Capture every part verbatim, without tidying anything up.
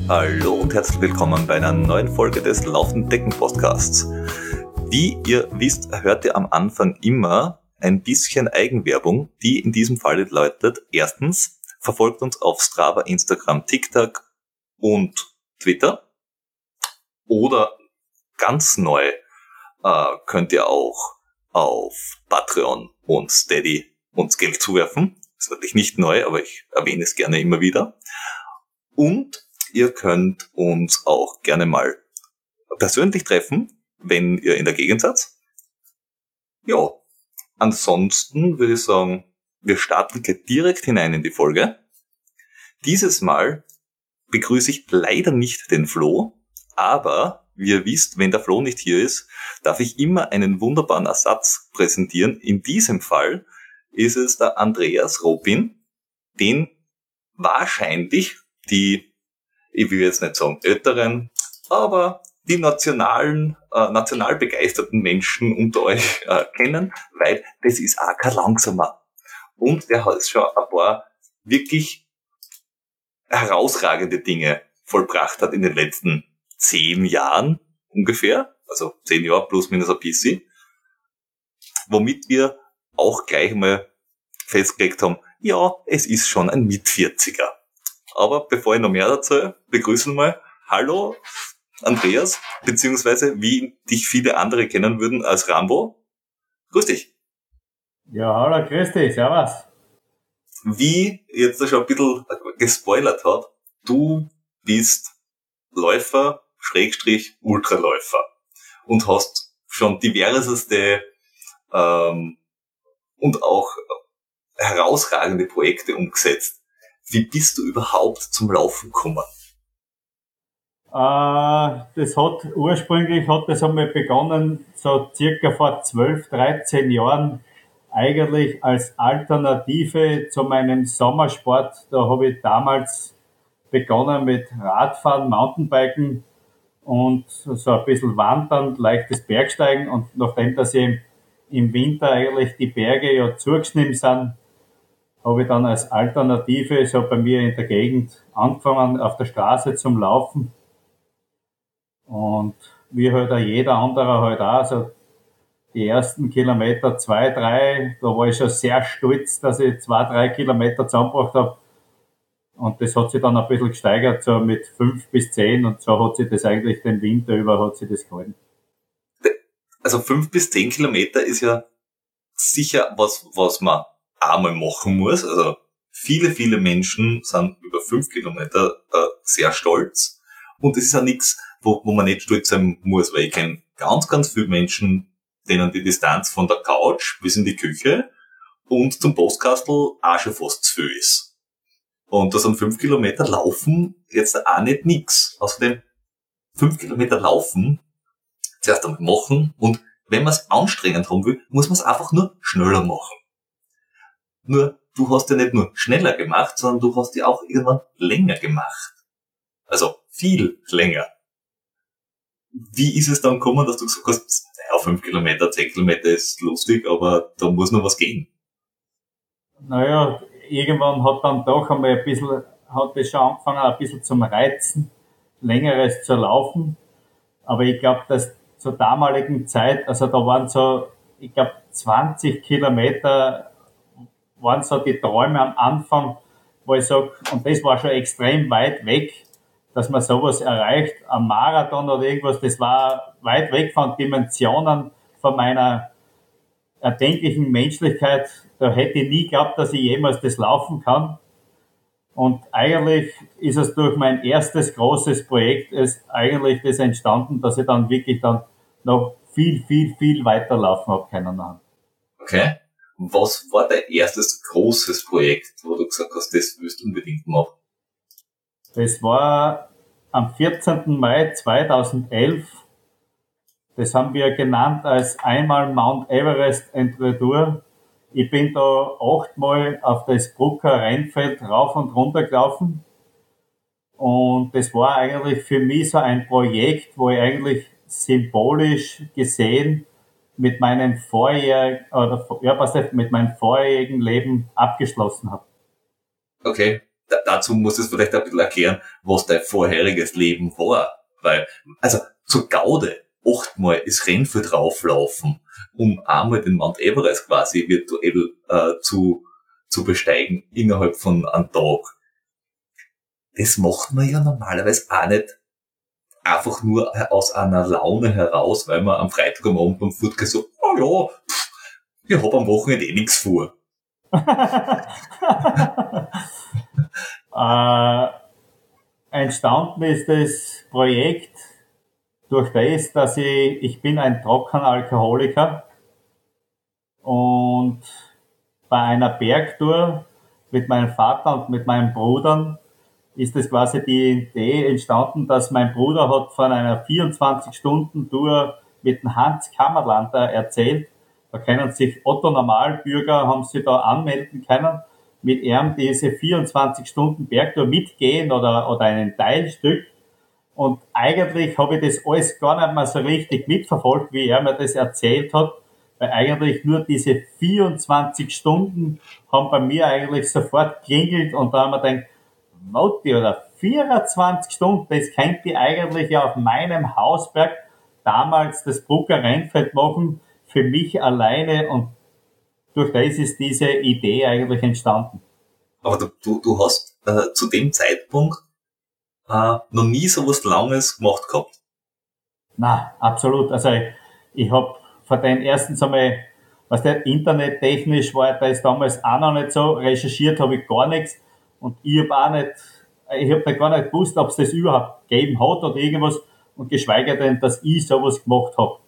Hallo und herzlich willkommen bei einer neuen Folge des Laufenden Decken Podcasts. Wie ihr wisst, hört ihr am Anfang immer ein bisschen Eigenwerbung, die in diesem Fall lautet: Erstens, verfolgt uns auf Strava, Instagram, TikTok und Twitter. Oder ganz neu äh, könnt ihr auch auf Patreon und Steady uns Geld zuwerfen. Das ist natürlich nicht neu, aber ich erwähne es gerne immer wieder. Und ihr könnt uns auch gerne mal persönlich treffen, wenn ihr in der Gegend seid. Ja, ansonsten würde ich sagen, wir starten gleich direkt hinein in die Folge. Dieses Mal begrüße ich leider nicht den Flo, aber wie ihr wisst, wenn der Flo nicht hier ist, darf ich immer einen wunderbaren Ersatz präsentieren. In diesem Fall ist es der Andreas Robin, den wahrscheinlich die, ich will jetzt nicht sagen älteren, aber die nationalen, äh, national begeisterten Menschen unter euch äh, kennen, weil das ist auch kein langsamer. Und der hat schon ein paar wirklich herausragende Dinge vollbracht hat in den letzten zehn Jahren ungefähr, also zehn Jahre plus minus ein bisschen, womit wir auch gleich mal festgelegt haben, ja, es ist schon ein Mit-vierziger. Aber bevor ich noch mehr dazu begrüßen mal, hallo Andreas, beziehungsweise wie dich viele andere kennen würden als Rambo. Grüß dich. Ja, hallo, grüß dich, servus. Wie jetzt schon ein bisschen gespoilert hat, du bist Läufer, Schrägstrich, Ultraläufer und hast schon diverseste ähm, und auch herausragende Projekte umgesetzt. Wie bist du überhaupt zum Laufen gekommen? Äh, das hat, ursprünglich hat das einmal begonnen, so circa vor zwölf, dreizehn Jahren, eigentlich als Alternative zu meinem Sommersport. Da habe ich damals begonnen mit Radfahren, Mountainbiken und so ein bisschen Wandern, leichtes Bergsteigen. Und nachdem, dass ich im Winter eigentlich die Berge ja zugeschnitten sind, habe ich dann als Alternative so bei mir in der Gegend angefangen, auf der Straße zum Laufen. Und wie halt auch jeder andere halt auch, so die ersten Kilometer, zwei, drei, da war ich schon sehr stolz, dass ich zwei, drei Kilometer zusammengebracht habe. Und das hat sich dann ein bisschen gesteigert, so mit fünf bis zehn, und so hat sich das eigentlich den Winter über, hat sich das gehalten. Also fünf bis zehn Kilometer ist ja sicher was, was man einmal machen muss. Also viele, viele Menschen sind über fünf Kilometer äh, sehr stolz. Und es ist ja nichts, wo, wo man nicht stolz sein muss, weil ich kenne ganz, ganz viele Menschen, denen die Distanz von der Couch bis in die Küche und zum Postkastel auch schon fast zu viel ist. Und da sind fünf Kilometer Laufen jetzt auch nicht nix. Außerdem fünf Kilometer Laufen zuerst einmal machen, und wenn man es anstrengend haben will, muss man es einfach nur schneller machen. Nur, du hast ja nicht nur schneller gemacht, sondern du hast ja auch irgendwann länger gemacht. Also viel länger. Wie ist es dann gekommen, dass du gesagt hast, naja, fünf Kilometer, zehn Kilometer ist lustig, aber da muss noch was gehen? Naja, irgendwann hat dann doch einmal ein bisschen, hat das schon angefangen, ein bisschen zum Reizen, längeres zu laufen. Aber ich glaube, dass zur damaligen Zeit, also da waren so, ich glaube, zwanzig Kilometer waren so die Träume am Anfang, wo ich sage, und das war schon extrem weit weg, dass man sowas erreicht, am Marathon oder irgendwas, das war weit weg von Dimensionen von meiner erdenklichen Menschlichkeit. Da hätte ich nie geglaubt, dass ich jemals das laufen kann. Und eigentlich ist es durch mein erstes großes Projekt ist eigentlich das entstanden, dass ich dann wirklich dann noch viel, viel, viel weiterlaufen habe können. Okay. Was war dein erstes großes Projekt, wo du gesagt hast, das willst du unbedingt machen? Das war am vierzehnten Mai zweitausendelf. Das haben wir genannt als einmal Mount Everest Entretour. Ich bin da achtmal auf das Brucker Rennfeld rauf und runter gelaufen. Und das war eigentlich für mich so ein Projekt, wo ich eigentlich symbolisch gesehen mit meinem vorjährigen, oder, ja, was heißt, mit meinem vorjährigen Leben abgeschlossen habe. Okay. da, dazu muss es vielleicht ein bisschen erklären, was dein vorheriges Leben war. Weil, also, zur Gaude, achtmal das Rennfeld drauflaufen, um einmal den Mount Everest quasi virtuell äh, zu, zu besteigen innerhalb von einem Tag. Das macht man ja normalerweise auch nicht einfach nur aus einer Laune heraus, weil man am Freitag am Abend beim Furtgehen so, oh ja, pff, ich hab am Wochenende eh nichts vor. äh, entstanden ist das Projekt durch das, dass ich, ich bin ein trockener Alkoholiker und bei einer Bergtour mit meinem Vater und mit meinen Brüdern ist es quasi die Idee entstanden, dass mein Bruder hat von einer vierundzwanzig-Stunden-Tour mit dem Hans Kammerlander erzählt. Da können sich Otto-Normalbürger, haben sich da anmelden können, mit ihm diese vierundzwanzig-Stunden-Bergtour mitgehen oder, oder einen Teilstück. Und eigentlich habe ich das alles gar nicht mehr so richtig mitverfolgt, wie er mir das erzählt hat, weil eigentlich nur diese vierundzwanzig Stunden haben bei mir eigentlich sofort klingelt und da haben wir gedacht, Mauti, oder vierundzwanzig Stunden, das könnte ich eigentlich ja auf meinem Hausberg damals das Brucker Rennfeld machen, für mich alleine, und durch das ist diese Idee eigentlich entstanden. Aber du, du, du hast äh, zu dem Zeitpunkt äh, noch nie so was Langes gemacht gehabt. Na, absolut. Also ich, ich habe von den erstens einmal, was der internettechnisch war, da ist damals auch noch nicht so, recherchiert habe ich gar nichts. Und ich habe auch nicht, ich habe da gar nicht gewusst, ob es das überhaupt gegeben hat oder irgendwas, und geschweige denn, dass ich sowas gemacht habe.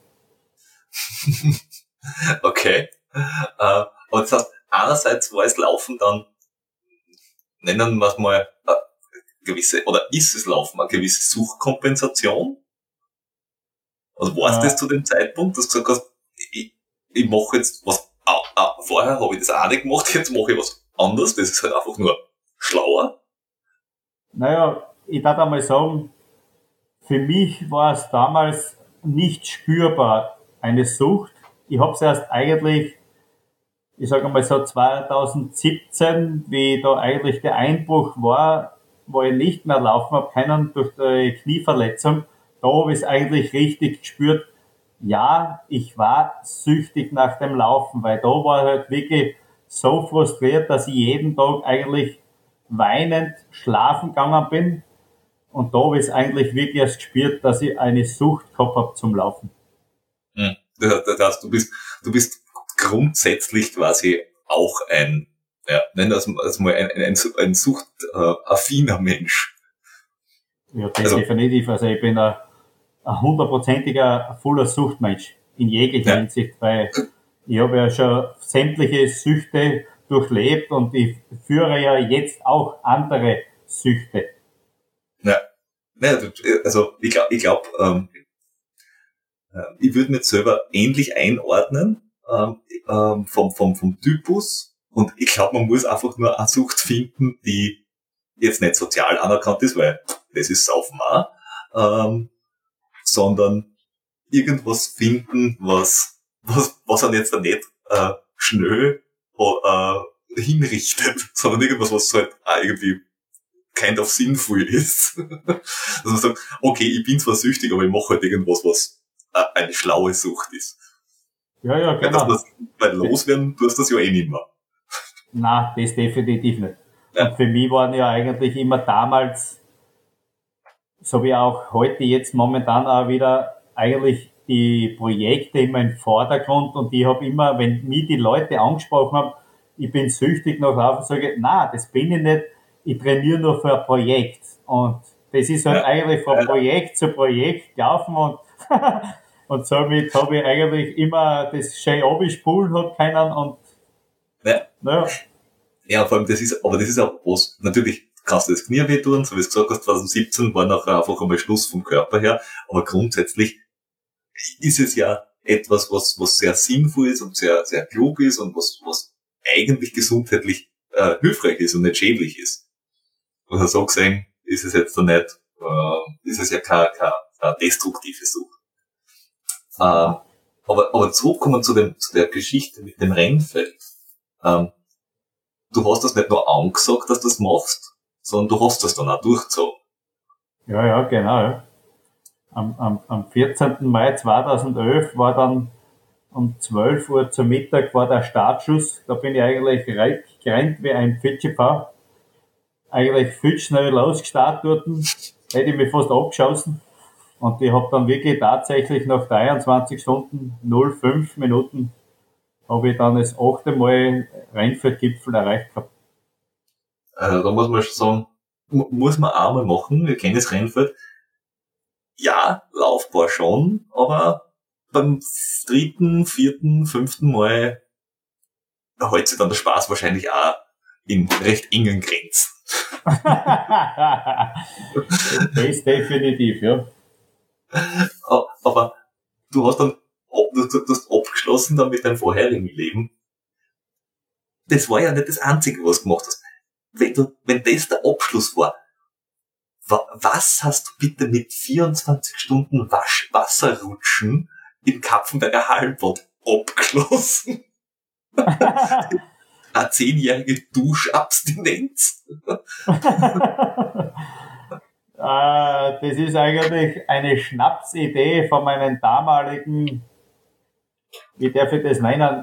Okay. Äh, aber das heißt, einerseits war es Laufen dann, nennen wir es mal, eine gewisse, oder ist es Laufen eine gewisse Suchtkompensation? Also war es Äh, das zu dem Zeitpunkt, dass du gesagt hast, ich, ich mache jetzt was, ah, ah, vorher habe ich das auch nicht gemacht, jetzt mache ich was anderes, das ist halt einfach nur schlauer? Naja, ich darf einmal sagen, für mich war es damals nicht spürbar, eine Sucht. Ich habe es erst eigentlich, ich sage mal so zwanzig siebzehn, wie da eigentlich der Einbruch war, wo ich nicht mehr laufen habe können durch die Knieverletzung, da habe ich es eigentlich richtig gespürt. Ja, ich war süchtig nach dem Laufen, weil da war halt wirklich so frustriert, dass ich jeden Tag eigentlich weinend schlafen gegangen bin. Und da habe ich es eigentlich wirklich erst gespürt, dass ich eine Sucht gehabt habe zum Laufen. Hm. Das heißt, du bist, du bist grundsätzlich quasi auch ein, ja, nennen wir es also mal ein, ein, ein suchtaffiner Mensch. Ja, das Also, definitiv. Also ich bin ein, ein hundertprozentiger voller Suchtmensch in jeglicher ja. Hinsicht, weil ich habe ja schon sämtliche Süchte durchlebt und ich führe ja jetzt auch andere Süchte. Ja, ja, also ich glaube, ich glaub, ähm, ich würde mich selber ähnlich einordnen ähm, ähm, vom, vom, vom Typus, und ich glaube, man muss einfach nur eine Sucht finden, die jetzt nicht sozial anerkannt ist, weil das ist Saufen auch, ähm, sondern irgendwas finden, was was was einen jetzt nicht äh, schnell äh, hinrichtet, sondern irgendwas, was halt auch irgendwie kind of sinnvoll ist. Dass man sagt, okay, ich bin zwar süchtig, aber ich mache halt irgendwas, was äh, eine schlaue Sucht ist. Ja, ja, Weil, das, genau. das, weil loswerden tust du das ja eh nicht mehr. Nein, das definitiv nicht. Ja. Und für mich waren ja eigentlich immer damals, so wie auch heute jetzt momentan auch wieder, eigentlich die Projekte immer im Vordergrund, und ich habe immer, wenn mich die Leute angesprochen haben, ich bin süchtig nach Laufen, sage ich, nein, das bin ich nicht, ich trainiere nur für ein Projekt. Und das ist halt Ja. eigentlich von Ja. Projekt zu Projekt gelaufen, und und somit habe ich eigentlich immer das schön abspulen hat können, und Ja. naja. Ja, vor allem, das ist, aber das ist auch was, natürlich kannst du das Knie weh tun, so wie du gesagt hast, zwanzig siebzehn war nachher einfach einmal Schluss vom Körper her, aber grundsätzlich ist es ja etwas, was, was sehr sinnvoll ist und sehr, sehr klug ist und was, was eigentlich gesundheitlich äh, hilfreich ist und nicht schädlich ist. Also so gesehen ist es jetzt da nicht, äh, ist es ja keine, keine, keine destruktive Sucht. Äh, aber, aber zurückkommen zu dem, zu der Geschichte mit dem Rennfeld. Ähm, du hast das nicht nur angesagt, dass du das machst, sondern du hast das dann auch durchgezogen. Ja, ja, genau. Ja. Am, am, am vierzehnten Mai zweitausendelf war dann um zwölf Uhr zum Mittag war der Startschuss. Da bin ich eigentlich gerannt wie ein Pfitschepau. Eigentlich viel schnell losgestartet dort. Hätte ich mich fast abgeschossen. Und ich habe dann wirklich tatsächlich nach dreiundzwanzig Stunden null Komma fünf Minuten habe ich dann das achte Mal Rennfeldgipfel erreicht gehabt. Also da muss man schon sagen, muss man auch mal machen. Wir kennen das Rennfeld. Ja, laufbar schon, aber beim dritten, vierten, fünften Mal hält sich dann der Spaß wahrscheinlich auch in recht engen Grenzen. Das ist definitiv, ja. Aber du hast dann du, du hast abgeschlossen dann mit deinem vorherigen Leben. Das war ja nicht das Einzige, was du gemacht hast. Wenn du, wenn das der Abschluss war, was hast du bitte mit vierundzwanzig Stunden Wasch, Wasserrutschen im Kapfenberger Hallenbad abgeschlossen? Eine zehnjährige Duschabstinenz? Das ist eigentlich eine Schnapsidee von meinem damaligen, wie darf ich das nennen,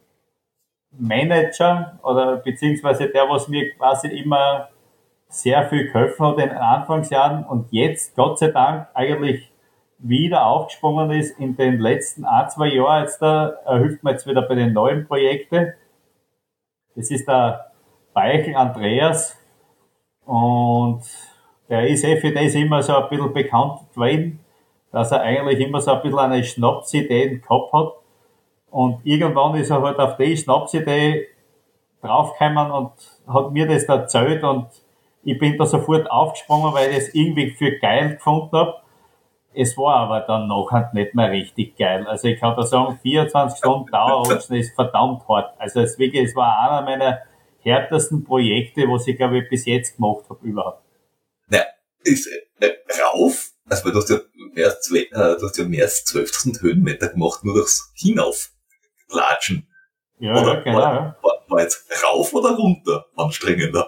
Manager oder beziehungsweise der, was mir quasi immer sehr viel geholfen hat in den Anfangsjahren und jetzt, Gott sei Dank, eigentlich wieder aufgesprungen ist in den letzten ein, zwei Jahren. Jetzt da, er hilft mir jetzt wieder bei den neuen Projekten. Das ist der Beichel Andreas und der ist eh für das immer so ein bisschen bekannt gewesen, dass er eigentlich immer so ein bisschen eine Schnapsidee gehabt hat. Und irgendwann ist er halt auf die Schnapsidee draufgekommen und hat mir das erzählt und ich bin da sofort aufgesprungen, weil ich das irgendwie für geil gefunden habe. Es war aber dann nachher nicht mehr richtig geil. Also ich kann da sagen, vierundzwanzig Stunden Dauerrutschen ist verdammt hart. Also es, wirklich, es war einer meiner härtesten Projekte, was ich glaube ich bis jetzt gemacht habe überhaupt. Naja, ist äh, rauf, also weil du hast ja mehr als, zwei, äh, du hast ja mehr als zwölftausend Höhenmeter gemacht, nur durchs Hinauflatschen. Ja, oder ja, genau. War, ja. war, war jetzt rauf oder runter anstrengender?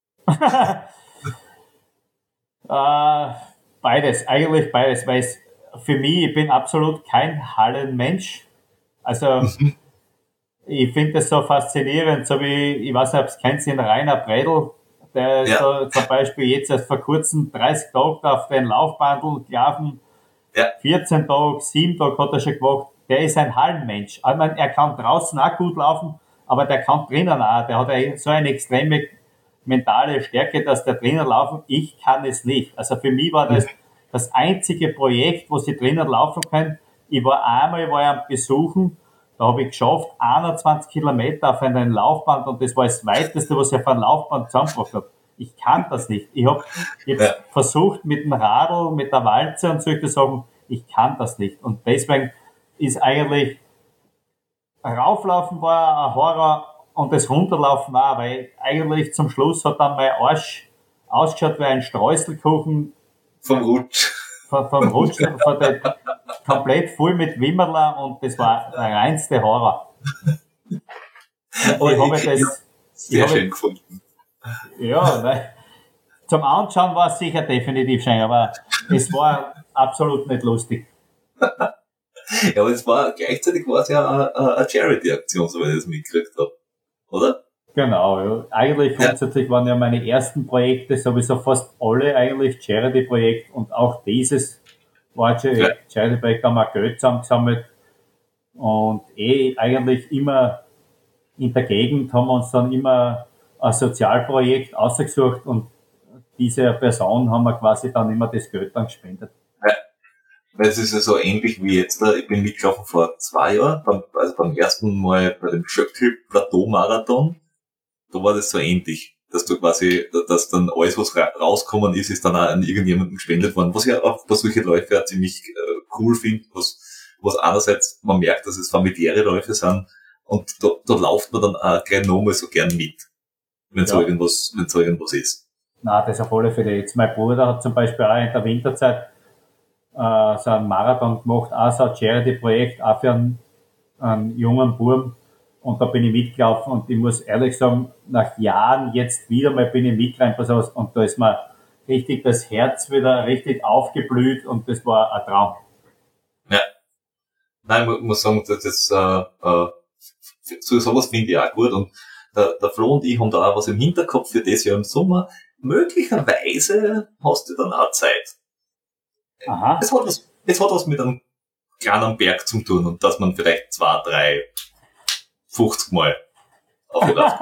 äh, beides, eigentlich beides, weil es für mich, ich bin absolut kein Hallenmensch. Also ich finde das so faszinierend, so wie, ich weiß nicht, ob es kennt, den Rainer Bredl, der ist Ja. da zum Beispiel jetzt erst vor kurzem dreißig Tage auf den Laufbandel gelaufen, Ja. vierzehn Tage, sieben Tage hat er schon gemacht. Der ist ein Hallenmensch. Ich meine, er kann draußen auch gut laufen, aber der kann drinnen auch. Der hat so eine extreme mentale Stärke, dass der drinnen laufen. Ich kann es nicht. Also für mich war das das einzige Projekt, wo sie drinnen laufen können. Ich war einmal, war ich am Besuchen, da habe ich geschafft, einundzwanzig Kilometer auf einem Laufband und das war das weiteste, was ich auf einem Laufband zusammengebracht habe. Ich kann das nicht. Ich habe jetzt Ja. versucht mit dem Radl, mit der Walze und solche Sachen, ich kann das nicht. Und deswegen ist eigentlich rauflaufen war ein Horror und das Runterlaufen auch, weil eigentlich zum Schluss hat dann mein Arsch ausgeschaut wie ein Streuselkuchen Vom Rutsch. von, vom Rutschen, von der, komplett voll mit Wimmerler und das war der reinste Horror. Aber ich habe ich- das, Sehr ich habe- schön gefunden. ja, weil zum Anschauen war es sicher definitiv schön, aber es war absolut nicht lustig. Ja, aber es war, gleichzeitig war es ja eine, eine Charity-Aktion, soweit ich das mitgekriegt habe. Oder? Genau, ja. Eigentlich Ja. grundsätzlich waren ja meine ersten Projekte sowieso fast alle eigentlich Charity-Projekte und auch dieses war ein Ja. Charity-Projekt, da haben wir Geld zusammengesammelt und eh eigentlich immer in der Gegend haben wir uns dann immer ein Sozialprojekt ausgesucht und diese Person haben wir quasi dann immer das Geld dann gespendet. Weil es ist ja so ähnlich wie jetzt, da, ich bin mitgelaufen vor zwei Jahren, beim, also beim ersten Mal bei dem Schöckl-Plateau-Marathon, da war das so ähnlich, dass du quasi, dass dann alles, was ra- rausgekommen ist, ist dann auch an irgendjemanden gespendet worden, was ich auch bei solchen Läufen ja ziemlich äh, cool finde, was, was einerseits, man merkt, dass es familiäre Läufe sind, und da, da läuft man dann auch gleich nochmal so gern mit, wenn so Ja. irgendwas, wenn so irgendwas ist. Na, das auf alle Fälle. Jetzt mein Bruder hat zum Beispiel auch in der Winterzeit äh, so einen Marathon gemacht, auch so ein Charity-Projekt, auch für einen, einen jungen Burm. Und da bin ich mitgelaufen und ich muss ehrlich sagen, nach Jahren jetzt wieder mal bin ich mitgelaufen und da ist mir richtig das Herz wieder richtig aufgeblüht und das war ein Traum. Ja. Nein, ich muss sagen, das ist, äh, äh, so sowas finde ich auch gut und der, der Flo und ich haben da auch was im Hinterkopf für das Jahr im Sommer. Möglicherweise hast du dann auch Zeit. Aha. Es hat was, es hat was mit einem kleinen Berg zu tun und dass man vielleicht zwei, drei, fünfzig Mal aufgelaufen.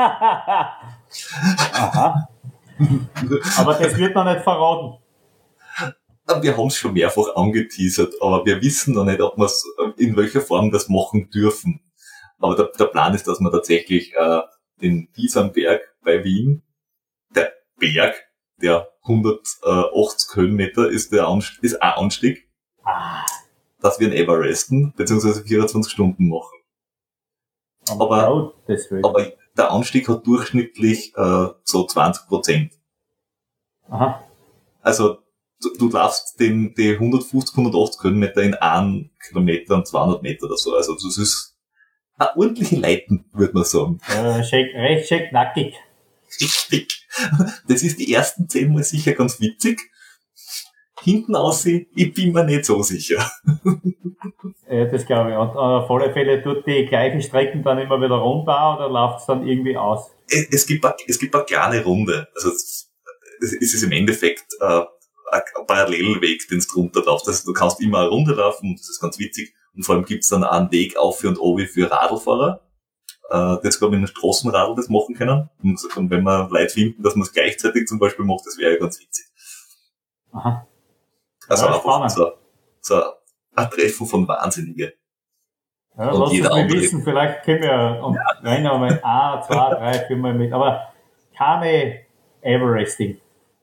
Aha. Aber das wird noch nicht verraten. Wir haben es schon mehrfach angeteasert, aber wir wissen noch nicht, ob wir es in welcher Form das machen dürfen. Aber der, der Plan ist, dass wir tatsächlich äh, den Isernberg bei Wien, der Berg, der hundertachtzig Höhenmeter ist, der Anstieg, ist ein Anstieg, Ah. dass wir ihn Everesten beziehungsweise vierundzwanzig Stunden machen. Aber, oh, aber der Anstieg hat durchschnittlich äh, so zwanzig Prozent. Aha. Also du, du laufst den, die hundertfünfzig, hundertachtzig Höhenmeter in einen Kilometer und zweihundert Meter oder so. Also das ist eine ordentliche Leiten, würde man sagen. Äh, schön, recht schön knackig. Richtig. Das ist die ersten zehn Mal sicher ganz witzig. Hinten aus, ich bin mir nicht so sicher. Ja, das glaube ich. Und auf alle Fälle tut die gleichen Strecken dann immer wieder runter oder läuft es dann irgendwie aus? Es, es gibt eine, es gibt eine kleine Runde. Also es, es ist im Endeffekt äh, ein Parallelweg, den du runterlaufst. Also du kannst immer eine Runde laufen, das ist ganz witzig. Und vor allem gibt's dann auch einen Weg auf für und obi für Radlfahrer. Äh, das glaube ich in einem Straßenradl das machen können. Und wenn wir Leute finden, dass man es gleichzeitig zum Beispiel macht, das wäre ja ganz witzig. Aha. Also Ja, einfach so, so ein Treffen von Wahnsinnigen. Ja, und lass jeder uns mal andere. wissen, vielleicht können wir und ja. rein einmal ein, zwei, drei, vier Mal mit. Aber keine Everesting.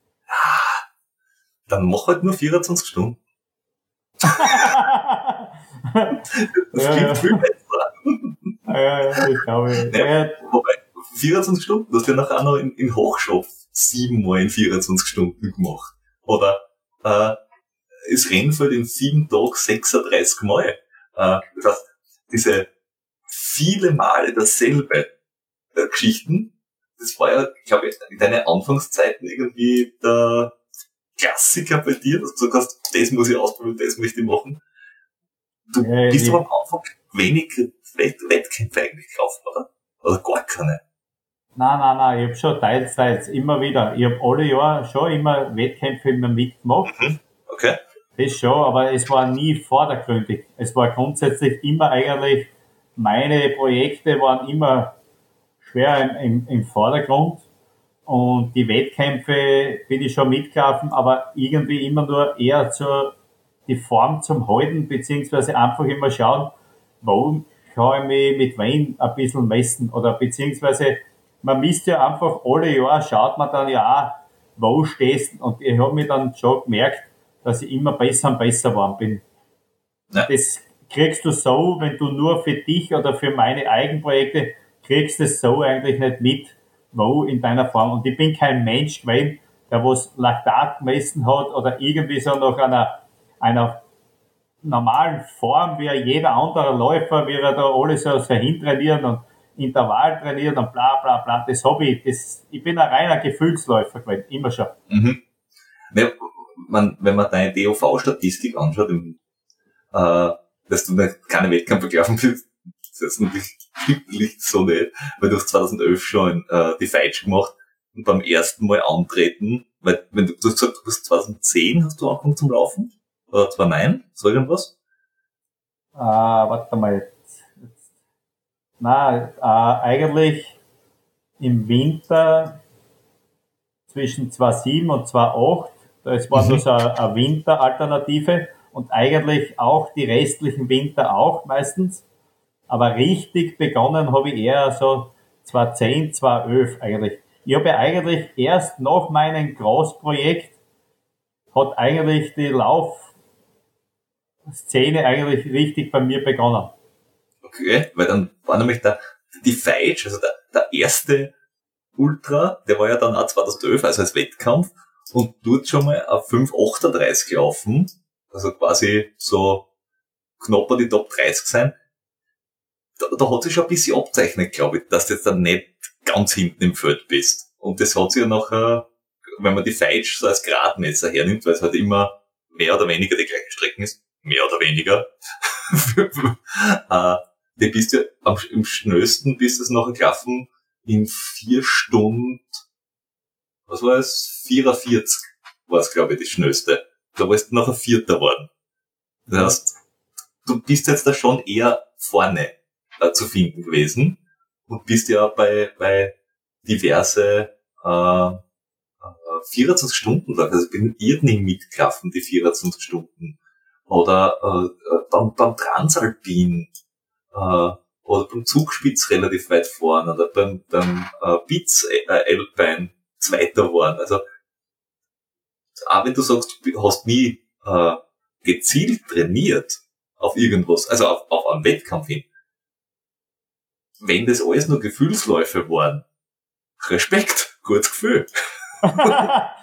Dann mach halt nur vierundzwanzig Stunden. Das ja, klingt ja. viel besser. Ja, ja, das glaube ich. Ja, Ja, wobei, vierundzwanzig Stunden, du hast ja nachher auch noch in, in Hochschopf siebenmal in vierundzwanzig Stunden gemacht. Oder äh, das Rennfeld in sieben Tagen sechsunddreißig Mal. Äh, das heißt, diese viele Male dasselbe äh, Geschichten, das war ja, glaube ich, in deinen Anfangszeiten irgendwie der Klassiker bei dir, dass du gesagt hast, das muss ich ausprobieren, das möchte ich machen. Du Ja, bist die- aber am Anfang wenig Wett Wettkämpfe eigentlich gelaufen, oder? Oder gar keine. Nein, nein, nein, ich habe schon teils, teils, immer wieder. Ich habe alle Jahre schon immer Wettkämpfe immer mitgemacht. Okay. Das schon, aber es war nie vordergründig. Es war grundsätzlich immer eigentlich, meine Projekte waren immer schwer im, im, im Vordergrund. Und die Wettkämpfe bin ich schon mitgelaufen, aber irgendwie immer nur eher zur, die Form zum Halten, beziehungsweise einfach immer schauen, wo kann ich mich mit wem ein bisschen messen, oder beziehungsweise man misst ja einfach alle Jahre, schaut man dann ja auch, wo stehst, und ich habe mir dann schon gemerkt, dass ich immer besser und besser geworden bin. Ja. Das kriegst du so, wenn du nur für dich oder für meine Eigenprojekte kriegst du es so eigentlich nicht mit, wo in deiner Form. Und ich bin kein Mensch gewesen, der was Laktat gemessen hat oder irgendwie so nach einer, einer normalen Form, wie jeder andere Läufer, wie er da alles so, so hintrainieren und Intervall trainieren und bla bla bla. Das habe ich, das, ich bin ein reiner Gefühlsläufer gewesen, immer schon. Mhm. Ne, man, wenn man deine D O V-Statistik anschaut, im, äh, dass du nicht, keine Wettkämpfe gelaufen bist, das ist natürlich wirklich so nicht, weil du hast zweitausendelf schon äh, die Feitsch gemacht und beim ersten Mal antreten, weil wenn du, du hast gesagt, du hast zweitausendzehn hast du angefangen zum Laufen, oder zweitausendneun, so irgendwas? Äh, warte mal. Jetzt, jetzt. Nein, äh, eigentlich im Winter zwischen zweitausendsieben und zweitausendacht, das war Mhm. nur so eine, eine Winteralternative und eigentlich auch die restlichen Winter auch meistens. Aber richtig begonnen habe ich eher so zweitausendzehn, zweitausendelf eigentlich. Ich habe ja eigentlich erst nach meinem Großprojekt hat eigentlich die Laufszene eigentlich richtig bei mir begonnen. Okay, weil dann war nämlich der, die Feitsch, also der, der erste Ultra, der war ja dann auch zweitausendelf, also als Wettkampf, und dort schon mal auf fünf achtunddreißig gelaufen, also quasi so knapp an die Top dreißig sein. da, da hat sich schon ein bisschen abzeichnet, glaube ich, dass du jetzt dann nicht ganz hinten im Feld bist. Und das hat sich ja nachher, wenn man die Feitsch so als Gradmesser hernimmt, weil es halt immer mehr oder weniger die gleiche Strecken ist, mehr oder weniger, äh, die bist du am, im schnellsten bist du es nachher gelaufen in vier Stunden, was war es? vierundvierzig war es, glaube ich, die schnellste. Da warst du nachher Vierter geworden. Das heißt, du bist jetzt da schon eher vorne äh, zu finden gewesen und bist ja bei, bei diverse äh, vierundzwanzig Stunden lang. Also ich bin irgendwie mitgelaufen, die vierundzwanzig Stunden. Oder äh, beim, beim Transalpin äh, oder beim Zugspitz relativ weit vorne oder beim, beim äh, Bitz äh, Alpine Zweiter geworden. Also auch wenn du sagst, du hast nie äh, gezielt trainiert auf irgendwas, also auf, auf einen Wettkampf hin, wenn das alles nur Gefühlsläufe waren, Respekt, gutes Gefühl. Ja,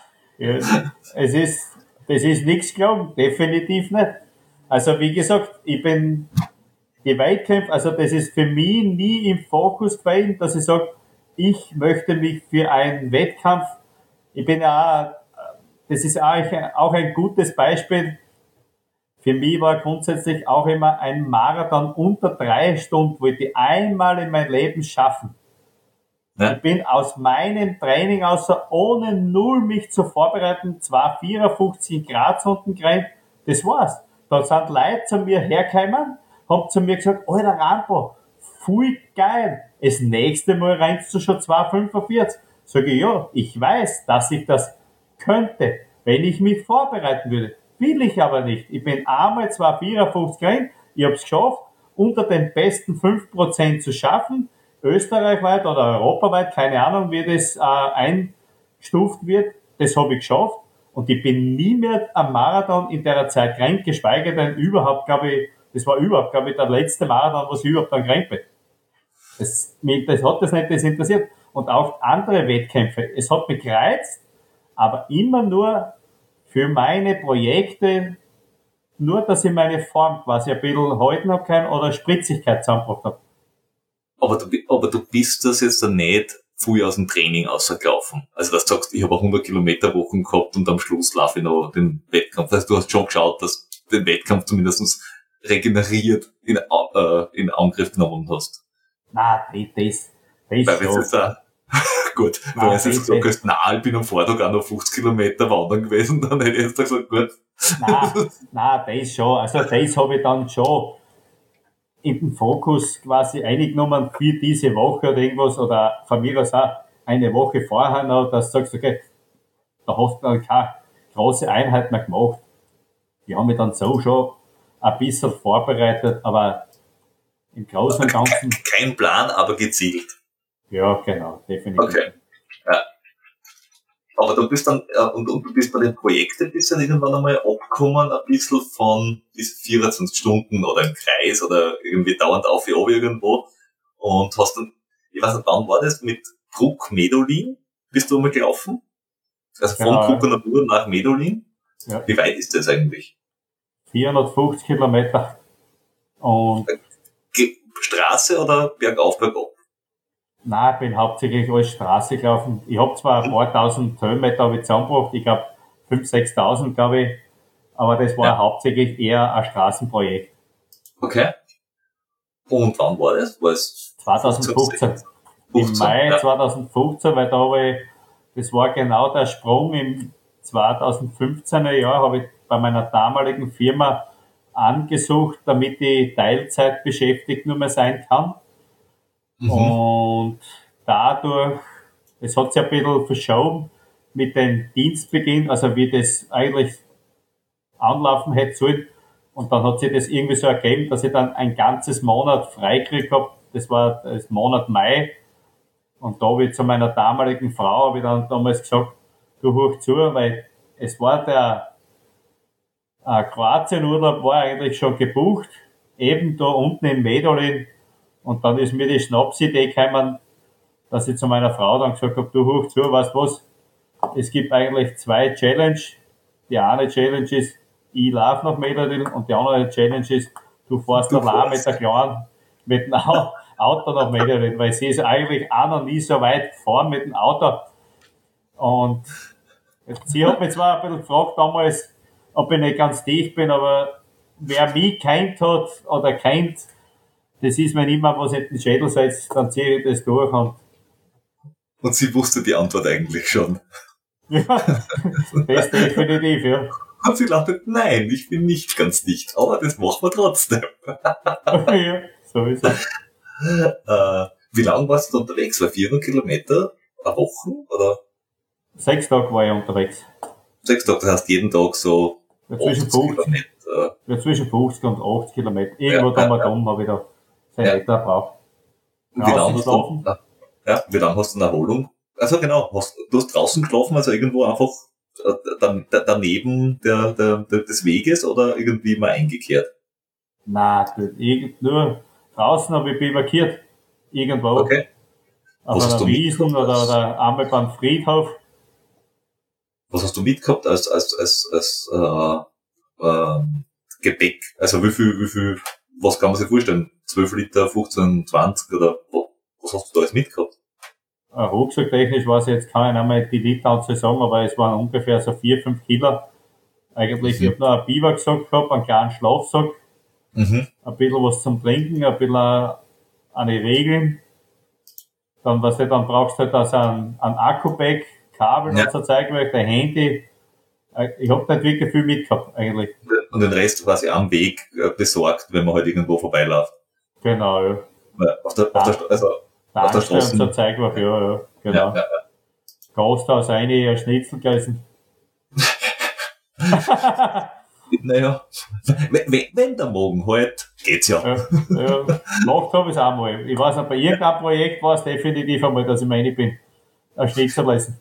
es ist, das ist nichts gelungen, definitiv nicht. Also wie gesagt, ich bin die Wettkämpfe, also das ist für mich nie im Fokus gewesen, dass ich sage, ich möchte mich für einen Wettkampf, ich bin ja auch, das ist auch, auch ein gutes Beispiel. Für mich war grundsätzlich auch immer ein Marathon unter drei Stunden, wollte ich einmal in mein Leben schaffen. Ja. Ich bin aus meinem Training außer ohne null mich zu vorbereiten, zwar vierundfünfzig Grad unten gerannt, das war's. Da sind Leute zu mir hergekommen, haben zu mir gesagt, Alter Rampo, voll geil, das nächste Mal rennst du schon zwei fünfundvierzig. Sag ich, ja, ich weiß, dass ich das könnte, wenn ich mich vorbereiten würde. Will ich aber nicht. Ich bin einmal zwei vierundfünfzig gerannt, ich hab's geschafft, unter den besten fünf Prozent zu schaffen, österreichweit oder europaweit, keine Ahnung, wie das äh, eingestuft wird, das habe ich geschafft und ich bin nie mehr am Marathon in der Zeit gerannt, geschweige denn überhaupt, glaube ich, das war überhaupt, glaube ich, der letzte Marathon, was ich überhaupt dann gerannt bin. Das, mich, das hat das nicht das interessiert. Und auch andere Wettkämpfe, es hat mich gereizt, aber immer nur für meine Projekte, nur, dass ich meine Form quasi ein bisschen halten habe können oder Spritzigkeit zusammengebracht habe. Aber du, aber du bist das jetzt dann nicht früh aus dem Training ausgelaufen. Also, dass du sagst, ich habe hundert Kilometer Wochen gehabt und am Schluss laufe ich noch den Wettkampf. Also, du hast schon geschaut, dass du den Wettkampf zumindest regeneriert in, äh, in Angriff genommen hast. Nein, das, das, das Weil schon. Auch, gut, nein, wenn du jetzt gesagt hast, nein, ich bin am Vortag auch noch fünfzig Kilometer wandern gewesen, dann hätte ich jetzt gesagt, gut. Nein, nein, das schon. Also, das habe ich dann schon in den Fokus quasi eingenommen für diese Woche oder irgendwas, oder von mir aus auch eine Woche vorher noch, dass du sagst, okay, da hast du dann keine große Einheit mehr gemacht. Die haben mich dann so schon ein bisschen vorbereitet, aber im Großen und Ganzen. Kein Plan, aber gezielt. Ja, genau, definitiv. Okay. Ja. Aber du bist dann, äh, und, und du bist bei den Projekten bist dann irgendwann einmal abgekommen, ein bisschen von diesen vierundzwanzig Stunden oder im Kreis oder irgendwie dauernd auf wie oben irgendwo und hast dann, ich weiß nicht, wann war das, mit Bruck Medulin bist du einmal gelaufen? Also von genau. Bruck Natur nach Medulin? Ja. Wie weit ist das eigentlich? vierhundertfünfzig Kilometer. Und Straße oder bergauf, bergab? Nein, ich bin hauptsächlich als Straße gelaufen. Ich habe zwar ein paar tausend Höhenmeter habe ich zusammengebracht, ich glaube fünftausend, sechstausend, glaube ich, aber das war ja hauptsächlich eher ein Straßenprojekt. Okay. Und wann war das? War es zwanzig fünfzehn. Im Mai ja. zwanzig fünfzehn, weil da habe ich, das war genau der Sprung im zwanzig fünfzehner Jahr, habe ich bei meiner damaligen Firma angesucht, damit ich Teilzeit beschäftigt nur mehr sein kann. Mhm. Und dadurch, es hat sich ein bisschen verschoben mit dem Dienstbeginn, also wie das eigentlich anlaufen hätte sollen. Und dann hat sich das irgendwie so ergeben, dass ich dann ein ganzes Monat frei gekriegt habe. Das war das Monat Mai. Und da habe ich zu meiner damaligen Frau, habe ich dann damals gesagt, du hoch zu, weil es war der äh, Kroatien-Urlaub war eigentlich schon gebucht, eben da unten in Medulin. Und dann ist mir die Schnapsidee gekommen, dass ich zu meiner Frau dann gesagt habe, du hoch zu, weißt was, es gibt eigentlich zwei Challenge. Die eine Challenge ist, ich laufe nach Medulin und die andere Challenge ist, du fährst allein mit der Kleinen mit dem Auto nach Medellin, weil sie ist eigentlich auch noch nie so weit gefahren mit dem Auto. Und sie hat mich zwar ein bisschen gefragt damals, ob ich nicht ganz tief bin, aber wer mich kennt hat oder kennt, das ist mir nicht mehr, was in den Schädel setzt, dann ziehe ich das durch. Und, und sie wusste die Antwort eigentlich schon. Ja, das definitiv, ja. Und sie lachte, nein, ich bin nicht ganz dicht, aber das machen wir trotzdem. Ja, so ist es. Äh, wie lange warst du unterwegs? War vierhundert Kilometer eine Woche, oder? Sechs Tage war ich unterwegs. Sechs Tage, das heißt jeden Tag so Ja, zwischen achtzig fünfzig, Kilometer. ja, zwischen fünfzig und achtzig Kilometer. Irgendwo Ja, da ja, mal ja. dumm habe ich da sein Ja. Wetter gebraucht. Und wie lange Draußen hast schlafen. du, ja, wie lange hast du eine Erholung? Also genau, hast, du hast draußen geschlafen, also irgendwo einfach äh, dan, da, daneben der, der, der, des Weges oder irgendwie mal eingekehrt? Nein, du, irgend- nur draußen habe ich bivakiert. Irgendwo. Okay. Auf Was hast einer du Wiesn mitgehabt oder, als- oder einmal beim Friedhof. Was hast du mitgehabt als, als, als, als äh, äh, Gepäck? Also wie viel, wie viel, was kann man sich vorstellen? zwölf Liter, fünfzehn, zwanzig oder wo- was hast du da alles mitgehabt? Äh, Rucksacktechnisch weiß ich jetzt, kann ich nicht mehr die Literanzahl sagen, aber es waren ungefähr so vier, fünf Kilo. Eigentlich, Mhm. ich habe noch einen Biwaksack gehabt, einen kleinen Schlafsack, Mhm. ein bisschen was zum Trinken, ein bisschen äh, eine Regeln. Dann, was du dann brauchst, halt also ein, ein Akku-Pack, Kabel Ja. und so Zeug, weil dein Handy. Äh, Ich habe nicht wirklich viel mitgehabt, eigentlich. Und den Rest quasi am Weg äh, besorgt, wenn man halt irgendwo vorbeiläuft. Genau, ja. Weil Auf der, auf der, St- also, auf der Tankstelle und Straße. so Zeug war, ja, ja, genau. Ja, ja. Gasthaus rein, ein Schnitzel gegessen. Naja, wenn, wenn, wenn der Morgen halt, geht's ja. Ja, ja. Gemacht habe ich es auch mal. Ich weiß nicht, bei irgendeinem Projekt war es definitiv einmal, dass ich meine bin. Ein Schnitzel essen.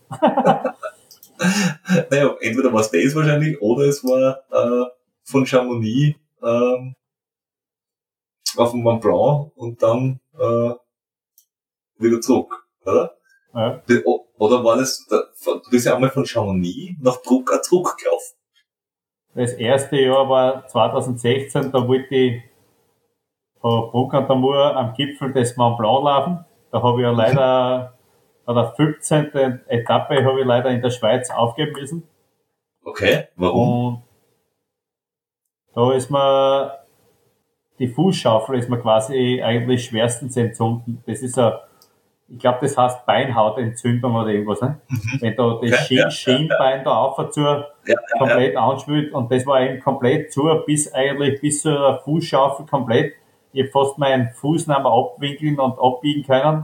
Naja, entweder war es das wahrscheinlich, oder es war äh, von Chamonix ähm, auf dem Mont Blanc und dann äh, wieder zurück, oder? Ja. Die- o- Oder war das, da- du bist ja einmal von Chamonix nach Druck a Druck gelaufen. Das erste Jahr war zwanzig sechzehn, da wollte ich von Bruck an der Mur am Gipfel des Mont Blanc laufen. Da habe ich ja leider, bei der fünfzehnten Etappe habe ich leider in der Schweiz aufgeben müssen. Okay, warum? Und da ist mir, die Fußschaufel ist mir quasi eigentlich schwerstens entzünden. Das ist ein, ich glaube, das heißt Beinhautentzündung oder irgendwas, ne? Wenn da das Okay, Schien, ja, ja, Schienbein da auf und zu Ja, ja, komplett anschwillt und das war eben komplett zu, bis eigentlich bis zur Fußschaufel komplett. Ich hab fast meinen Fuß nicht mehr abwinkeln und abbiegen können.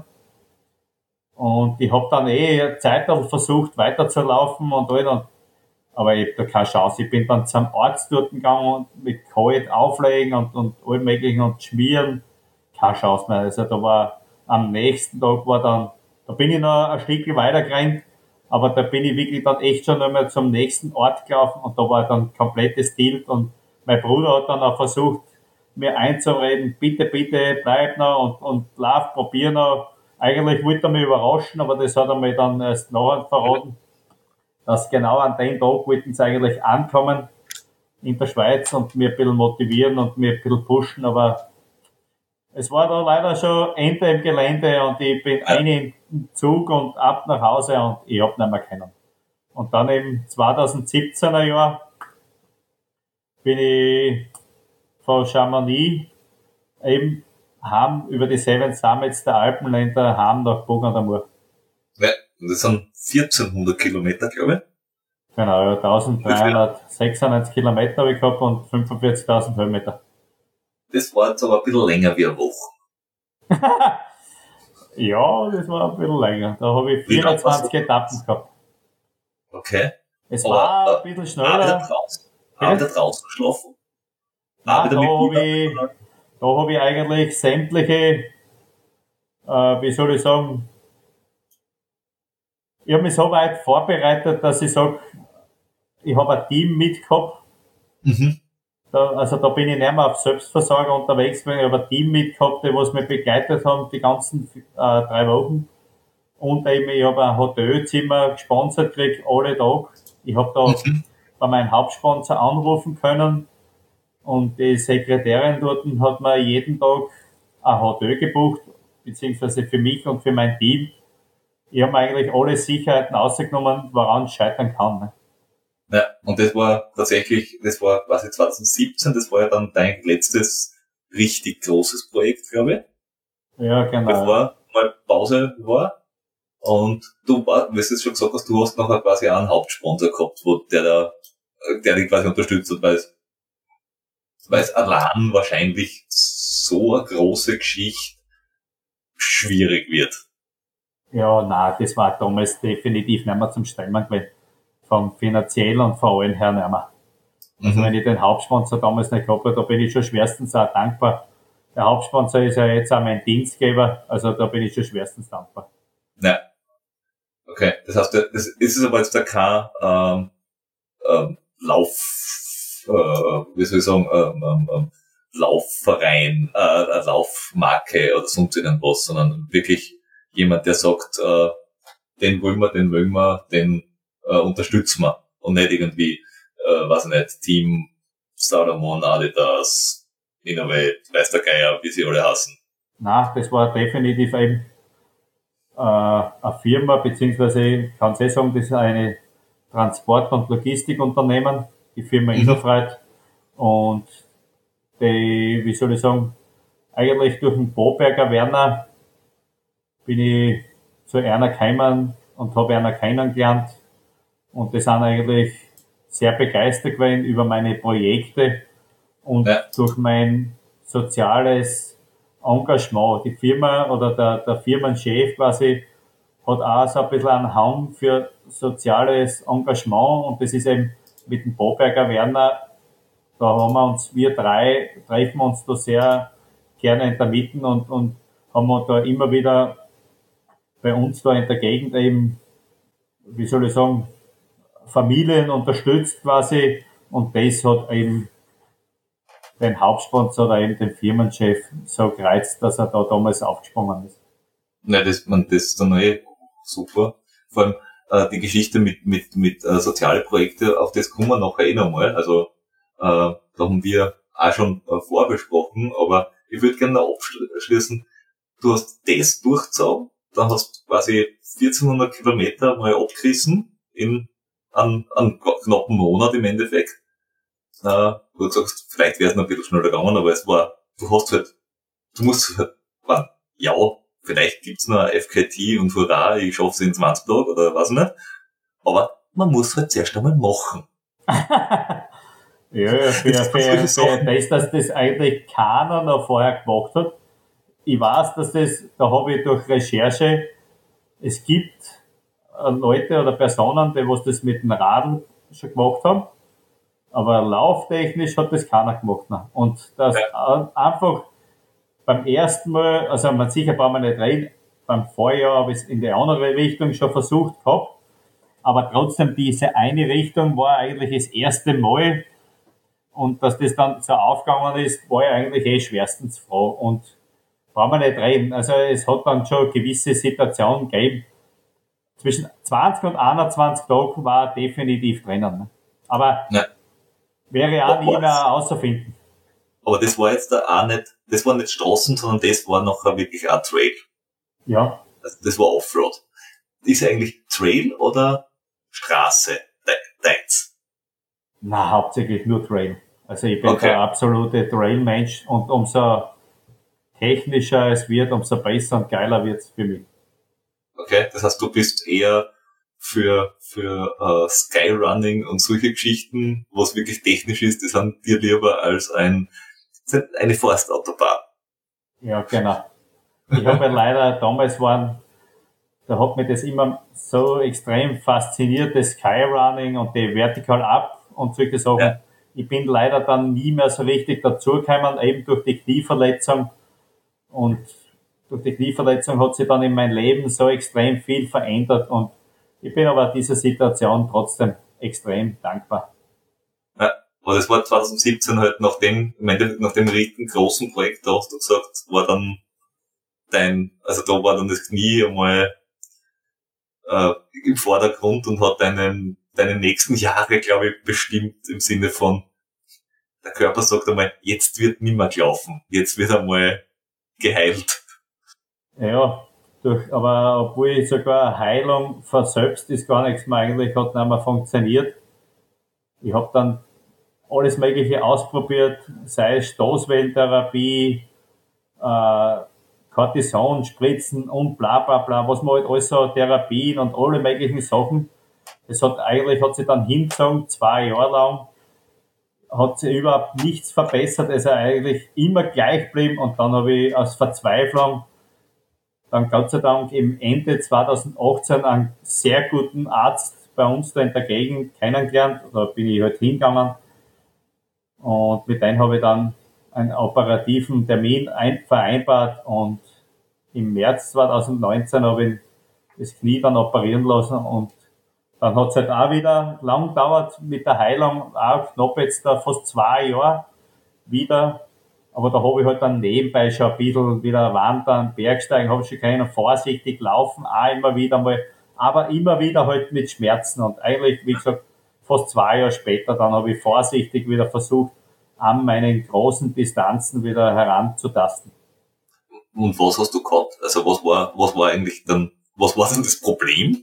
Und ich hab dann eh eine Zeit lang versucht weiterzulaufen und all und, aber ich hab da keine Chance. Ich bin dann zum Arzt dort gegangen und mit Kalt auflegen und, und all möglichen und schmieren. Keine Chance mehr. Also da war, am nächsten Tag war dann, da bin ich noch ein Stückchen weitergerannt, aber da bin ich wirklich dann echt schon einmal zum nächsten Ort gelaufen und da war dann komplettes Tilt und mein Bruder hat dann auch versucht, mir einzureden, bitte, bitte, bleib noch und, und lauf, probier noch. Eigentlich wollte er mich überraschen, aber das hat er mir dann erst nachher verraten, dass genau an dem Tag wollten sie eigentlich ankommen in der Schweiz und mir ein bisschen motivieren und mir ein bisschen pushen, aber es war da leider schon Ende im Gelände und ich bin ein im Zug und ab nach Hause und ich hab nicht mehr können. Und dann im zwanzig siebzehner Jahr bin ich von Chamonix eben heim über die Seven Summits der Alpenländer heim nach Bougon d'Amour. Ja, und das sind vierzehnhundert Kilometer, glaube ich. Genau, ja, eintausenddreihundertsechsundneunzig Kilometer habe ich gehabt und fünfundvierzigtausend Höhenmeter. Das war jetzt aber ein bisschen länger wie eine Woche. Ja, das war ein bisschen länger. Da habe ich Wie lang war's? vierundzwanzig Etappen gehabt. Okay. Es Aber, war äh, ein bisschen Auch wieder schneller. draußen. Auch wieder draußen geschlafen. Auch Nein, wieder da mit habe Biber. ich, da habe ich eigentlich sämtliche, äh, wie soll ich sagen, ich habe mich so weit vorbereitet, dass ich sage, ich habe ein Team mitgehabt. Mhm. Da, also da bin ich nicht mehr auf Selbstversorger unterwegs gewesen. Ich habe ein Team mitgehabt, die was mich begleitet haben die ganzen äh, drei Wochen. Und eben, ich habe ein Hotelzimmer gesponsert gekriegt, alle Tage. Ich habe da Mhm. bei meinem Hauptsponsor anrufen können. Und die Sekretärin dort hat mir jeden Tag ein Hotel gebucht, beziehungsweise für mich und für mein Team. Ich habe eigentlich alle Sicherheiten ausgenommen, woran es scheitern kann. Ne? Ja, und das war tatsächlich, das war quasi zwanzig siebzehn, das war ja dann dein letztes richtig großes Projekt, glaube ich. Ja, genau. Bevor mal Pause war. Und du, wie du es schon gesagt hast, du hast nachher quasi einen Hauptsponsor gehabt, wo der da, der dich quasi unterstützt hat, weil es, weil es allein wahrscheinlich so eine große Geschichte schwierig wird. Ja, nein, das war damals definitiv nicht mehr zum Stemmen gewesen. Vom finanziellen und von allen her nicht mehr. Also Mhm. wenn ich den Hauptsponsor damals nicht gehabt habe, da bin ich schon schwerstens auch dankbar. Der Hauptsponsor ist ja jetzt auch mein Dienstgeber, also da bin ich schon schwerstens dankbar. Ja. Okay, das heißt, das ist aber jetzt da kein ähm, ähm, Lauf, äh, wie soll ich sagen, ähm, ähm, Laufverein, äh, eine Laufmarke oder sonst irgendwas, sondern wirklich jemand, der sagt, äh, den wollen wir, den wollen wir, den äh, unterstützen wir. Und nicht irgendwie, äh, weiß ich nicht, Team Salomon, Adidas, Innovate, weiß der Geier, wie sie alle heißen. Nein, das war definitiv eben äh, eine Firma, beziehungsweise ich kann es sagen, das ist eine Transport- und Logistikunternehmen, die Firma Mhm. Innofreit. Und die, wie soll ich sagen, eigentlich durch den Boberger Werner bin ich zu einer gekommen und habe einer kennengelernt. Und die sind eigentlich sehr begeistert gewesen über meine Projekte und Ja. durch mein soziales Engagement. Die Firma oder der, der Firmenchef quasi hat auch so ein bisschen einen Hang für soziales Engagement und das ist eben mit dem Boberger Werner, da haben wir uns, wir drei treffen uns da sehr gerne in der Mitte und, und haben wir da immer wieder bei uns da in der Gegend eben, wie soll ich sagen, Familien unterstützt quasi und das hat eben den Hauptsponsor oder eben den Firmenchef so gereizt, dass er da damals aufgesprungen ist. Ja, das, man, das ist dann eh super. Vor allem, äh, die Geschichte mit, mit, mit, äh, soziale Projekte, auf das kommen wir nachher eh nochmal. Also, äh, da haben wir auch schon äh, vorbesprochen, aber ich würde gerne noch abschließen. Du hast das durchgezogen, dann hast du quasi vierzehnhundert Kilometer mal abgerissen in einem, einem knappen Monat im Endeffekt. Äh, du sagst, vielleicht wäre es noch ein bisschen schneller gegangen, aber es war, du hast halt, du musst halt, man, ja, vielleicht gibt's noch ein F K T und hurra, ich schaff's in zwanzig Tagen oder was nicht. Aber man muss halt zuerst einmal machen. Ja, ja, für, Jetzt für, solche für Sachen. das, dass das eigentlich keiner noch vorher gemacht hat. Ich weiß, dass das, da habe ich durch Recherche, es gibt äh, Leute oder Personen, die was das mit dem Radl schon gemacht haben, aber lauftechnisch hat das keiner gemacht. Ne? Und das Ja. äh, einfach beim ersten Mal, also man sicher braucht man nicht reden, beim Vorjahr habe ich es in die andere Richtung schon versucht gehabt, aber trotzdem diese eine Richtung war eigentlich das erste Mal und dass das dann so aufgegangen ist, war ja eigentlich eh schwerstens froh und brauchen wir nicht reden. Also es hat dann schon gewisse Situationen gegeben. Zwischen zwanzig und einundzwanzig Tagen war definitiv drinnen. Ne? Aber Ja. wäre auch nie mehr auszufinden. Aber das war jetzt da auch nicht, das war nicht Straßen, sondern das war nachher wirklich auch Trail. Ja. Also das war Offroad. Ist eigentlich Trail oder Straße deins? Na, hauptsächlich nur Trail. Also ich bin Okay. der absolute Trail-Mensch und umso technischer es wird, umso besser und geiler wird's für mich. Okay, das heißt, du bist eher für für äh, Skyrunning und solche Geschichten, was wirklich technisch ist, die sind dir lieber als ein eine Forstautobahn. Ja, genau. Ich habe ja leider, damals waren, da hat mich das immer so extrem fasziniert, das Skyrunning und die Vertical Up und solche Sachen. Ja. Ich bin leider dann nie mehr so richtig dazugekommen, eben durch die Knieverletzung. Und durch die Knieverletzung hat sich dann in meinem Leben so extrem viel verändert und ich bin aber dieser Situation trotzdem extrem dankbar. Ja, aber das war zwanzig siebzehn halt nach dem, im Endeffekt nach dem riesigen großen Projekt, da hast du gesagt, war dann dein, also da war dann das Knie einmal äh, im Vordergrund und hat deinen, deine nächsten Jahre, glaube ich, bestimmt im Sinne von, der Körper sagt einmal, jetzt wird nimmer gelaufen, jetzt wird einmal geheilt. Ja, durch, aber obwohl ich sogar Heilung von selbst ist gar nichts mehr eigentlich hat nicht mehr funktioniert. Ich habe dann alles Mögliche ausprobiert, sei es Stoßwellentherapie, äh, Cortison-Spritzen und bla bla bla, was man halt alles so Therapien und alle möglichen Sachen. Das hat eigentlich, hat sich dann hingezogen, zwei Jahre lang, hat sich überhaupt nichts verbessert, es ist eigentlich immer gleich geblieben und dann habe ich aus Verzweiflung dann Gott sei Dank im Ende zweitausendachtzehn einen sehr guten Arzt bei uns da in der Gegend kennengelernt, da bin ich halt hingegangen und mit dem habe ich dann einen operativen Termin ein, vereinbart und im März zweitausendneunzehn habe ich das Knie dann operieren lassen und dann hat es halt auch wieder lang gedauert mit der Heilung, auch knapp jetzt da fast zwei Jahre wieder. Aber da habe ich halt dann nebenbei schon ein bisschen wieder wandern, Bergsteigen, habe schon können, vorsichtig laufen, auch immer wieder mal, aber immer wieder halt mit Schmerzen. Und eigentlich, wie gesagt, fast zwei Jahre später, dann habe ich vorsichtig wieder versucht, an meinen großen Distanzen wieder heranzutasten. Und was hast du gehabt? Also was war, was war eigentlich dann, was war denn das Problem?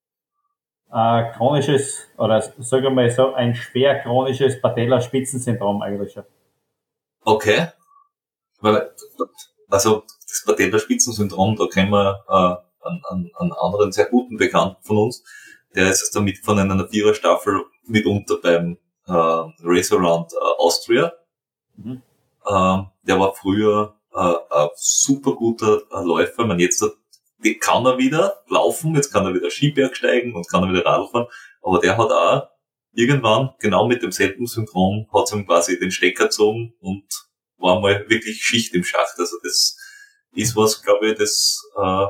Äh, chronisches, oder sagen wir mal so, ein schwer chronisches Patellaspitzensyndrom eigentlich schon. Okay. Weil, also das Patellaspitzensyndrom, da kennen wir äh, einen, einen, einen anderen sehr guten Bekannten von uns, der ist jetzt damit von einer Viererstaffel mitunter beim äh, Race Around äh, Austria. Mhm. Ähm, der war früher äh, ein super guter äh, Läufer. Man jetzt kann er wieder laufen, jetzt kann er wieder Skiberg steigen und kann er wieder Radl fahren, aber der hat auch irgendwann genau mit demselben Syndrom hat ihm quasi den Stecker gezogen und war mal wirklich Schicht im Schacht. Also das ist was, glaube ich, das äh,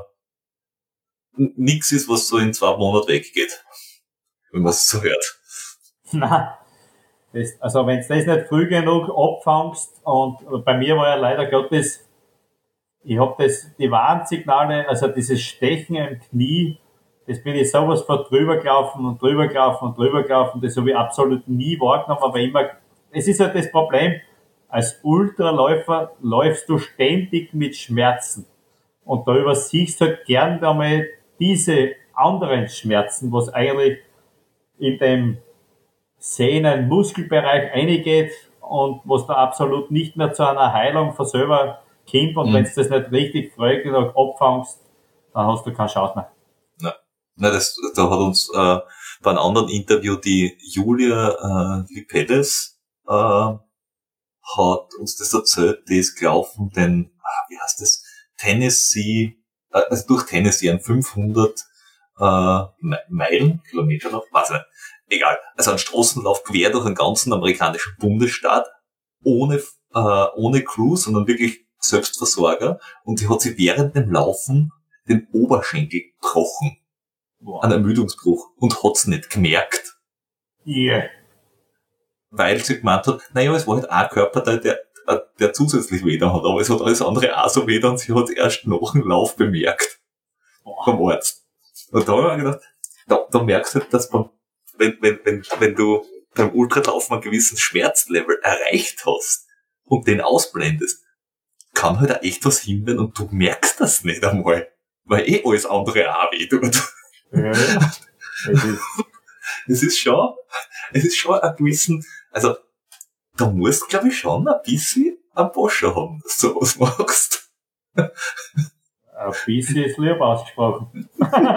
nix ist, was so in zwei Monaten weggeht, wenn man es so hört. Nein, das, also wenn du das nicht früh genug abfangst und bei mir war ja leider Gottes, ich habe das, die Warnsignale, also dieses Stechen im Knie, das bin ich sowas von drüber gelaufen und drüber gelaufen und drüber gelaufen, das habe ich absolut nie wahrgenommen, aber immer, es ist halt das Problem, als Ultraläufer läufst du ständig mit Schmerzen. Und da übersiehst du halt gern einmal diese anderen Schmerzen, was eigentlich in dem Sehnen-Muskelbereich reingeht und was da absolut nicht mehr zu einer Heilung von selber kommt. Und mhm. wenn du das nicht richtig früh genug abfangst, dann hast du keine Chance mehr. Ja. Na, das, da hat uns äh, bei einem anderen Interview die Julia äh, Lipedes äh, hat uns das erzählt, die ist gelaufen, den, wie heißt das, Tennessee, äh, also durch Tennessee, ein fünfhundert äh, Meilen, Kilometer noch, weiß ich nicht, egal, also ein Straßenlauf quer durch einen ganzen amerikanischen Bundesstaat, ohne, äh, ohne Crew, sondern wirklich Selbstversorger, und die hat sie während dem Laufen den Oberschenkel gebrochen. Wow. Ein Ermüdungsbruch, und hat's nicht gemerkt. Yeah. Weil sie gemeint hat, naja, es war halt ein Körperteil, der, der zusätzlich weh hat, aber es hat alles andere auch so weh, und sie hat erst nach dem Lauf bemerkt. Boah. Vom Arzt. Und da habe ich mir gedacht, da, da merkst du halt, dass man, wenn, wenn, wenn, wenn du beim Ultralaufen einen gewissen Schmerzlevel erreicht hast und den ausblendest, kann halt auch echt was hindern und du merkst das nicht einmal, weil eh alles andere auch weh tut. Ja, ja. Es ist, es ist schon, es ist schon ein gewissen, also, da musst du, glaube ich, schon ein bisschen einen Boscher haben, dass du sowas machst. Ein bisschen ist lieb ausgesprochen.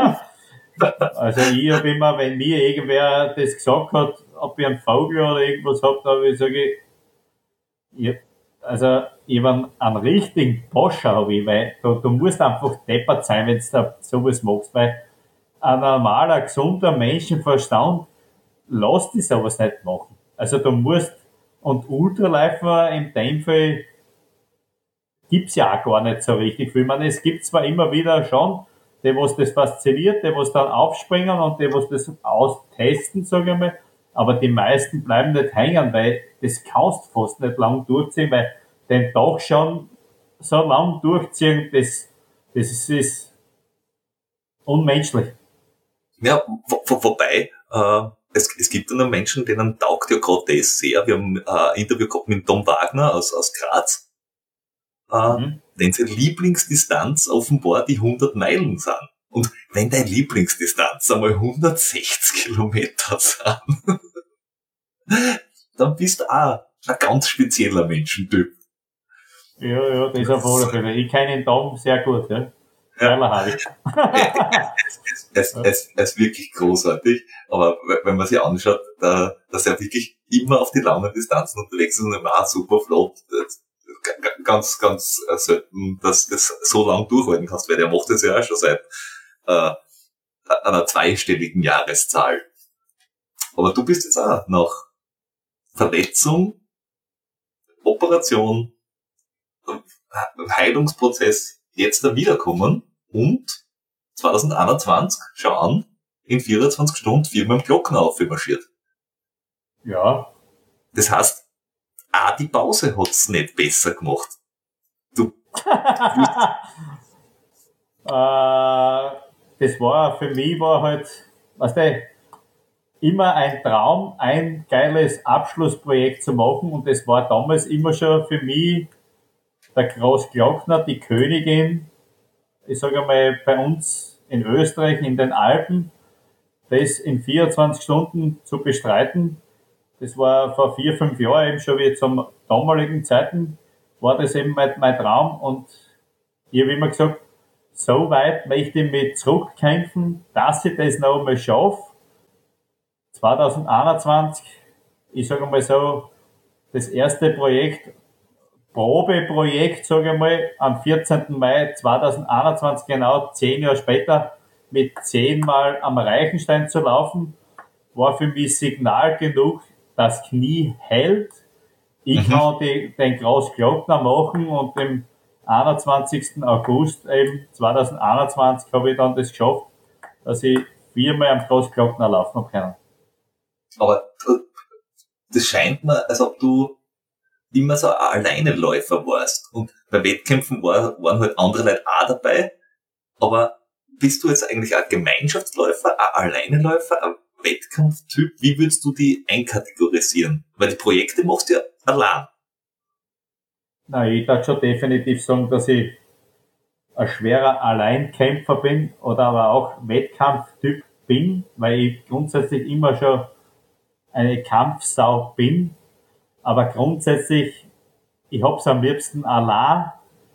Also ich habe immer, wenn mir irgendwer das gesagt hat, ob ich einen Vogel oder irgendwas hab, da habe ich gesagt, ich, also ich habe einen richtigen Boscher, habe ich, weil du, du musst einfach deppert sein, wenn du da sowas machst, weil ein normaler, gesunder Menschenverstand lässt dich sowas nicht machen. Also du musst, und Ultraläufer in dem Fall gibt's ja auch gar nicht so richtig viel. Ich meine, es gibt zwar immer wieder schon, die, was das fasziniert, die, was dann aufspringen und die, was das austesten, sage ich mal, aber die meisten bleiben nicht hängen, weil das kannst du fast nicht lang durchziehen, weil den Tag schon so lang durchziehen, das, das ist, ist unmenschlich. Ja, wo, wo, wobei, äh, es, es gibt dann Menschen, denen taugt ja gerade das sehr. Wir haben äh, ein Interview gehabt mit Tom Wagner aus, aus Graz. äh, mhm. denn seine Lieblingsdistanz offenbar die hundert Meilen sind. Und wenn deine Lieblingsdistanz einmal hundertsechzig Kilometer sind, dann bist du auch ein ganz spezieller Menschentyp. Ja, ja, das ist auf alle Fälle. Ich kenne den Tom sehr gut, ja. Ja. Habe ich. es, es, es, es ist wirklich großartig, aber wenn man sich anschaut, da, dass er wirklich immer auf die langen Distanzen unterwegs ist und immer auch super flott, ganz, ganz selten, dass du das so lang durchhalten kannst, weil der macht das ja auch schon seit äh, einer zweistelligen Jahreszahl. Aber du bist jetzt auch nach Verletzung, Operation, Heilungsprozess jetzt da wiederkommen und zwanzig einundzwanzig, schau an, in vierundzwanzig Stunden viermal im Glockner aufmarschiert. Ja. Das heißt, auch die Pause hat's nicht besser gemacht. Du. äh, das war, für mich war halt, weißt du, immer ein Traum, ein geiles Abschlussprojekt zu machen, und das war damals immer schon für mich der Großglockner, die Königin, ich sage mal, bei uns in Österreich, in den Alpen, das in vierundzwanzig Stunden zu bestreiten. Das war vor vier, fünf Jahren eben schon wie zum damaligen Zeiten, war das eben mein, mein Traum, und ich habe immer gesagt, so weit möchte ich mich zurückkämpfen, dass ich das noch einmal schaffe. zwanzig einundzwanzig, ich sage mal so, das erste Projekt, Probeprojekt, sage ich mal, am vierzehnten Mai zweitausendeinundzwanzig, genau zehn Jahre später, mit zehnmal am Reichenstein zu laufen, war für mich Signal genug, das Knie hält. Ich mhm. kann die, den Großglockner machen, und im einundzwanzigsten August eben zweitausendeinundzwanzig habe ich dann das geschafft, dass ich viermal am Großglockner laufen kann. Aber das scheint mir, als ob du immer so ein Alleineläufer warst. Und bei Wettkämpfen war, waren halt andere Leute auch dabei. Aber bist du jetzt eigentlich ein Gemeinschaftsläufer, ein Alleineläufer, ein Wettkampftyp? Wie würdest du die einkategorisieren? Weil die Projekte machst du ja allein. Nein, ich darf schon definitiv sagen, dass ich ein schwerer Alleinkämpfer bin oder aber auch Wettkampftyp bin, weil ich grundsätzlich immer schon eine Kampfsau bin. Aber grundsätzlich, ich hab's am liebsten allein.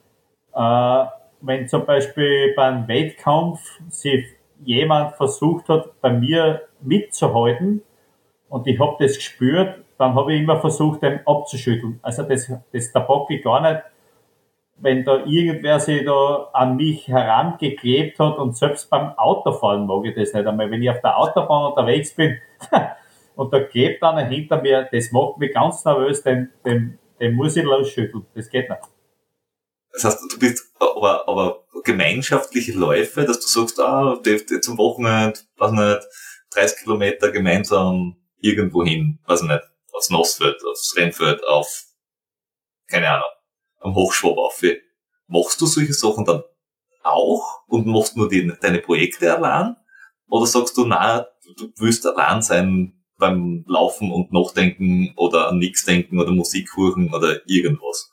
Äh, wenn zum Beispiel beim Wettkampf sich jemand versucht hat, bei mir mitzuhalten, und ich hab das gespürt, dann habe ich immer versucht, den abzuschütteln. Also das, das da bock ich gar nicht, wenn da irgendwer sich da an mich herangeklebt hat, und selbst beim Autofahren mag ich das nicht einmal. Wenn ich auf der Autobahn unterwegs bin, und da klebt einer hinter mir, das macht mich ganz nervös, den, den, den muss ich losschütteln. Das geht nicht. Das heißt, du bist aber, aber gemeinschaftliche Läufe, dass du sagst, ah, die, die zum Wochenende, weiß nicht, dreißig Kilometer gemeinsam irgendwo hin, weiß nicht, aufs Nassfeld, aufs Rennfeld, auf, keine Ahnung, am Hochschwab auf. Machst du solche Sachen dann auch und machst nur die, deine Projekte allein? Oder sagst du, na, du willst allein sein beim Laufen und Nachdenken oder an nichts denken oder Musik hören oder irgendwas?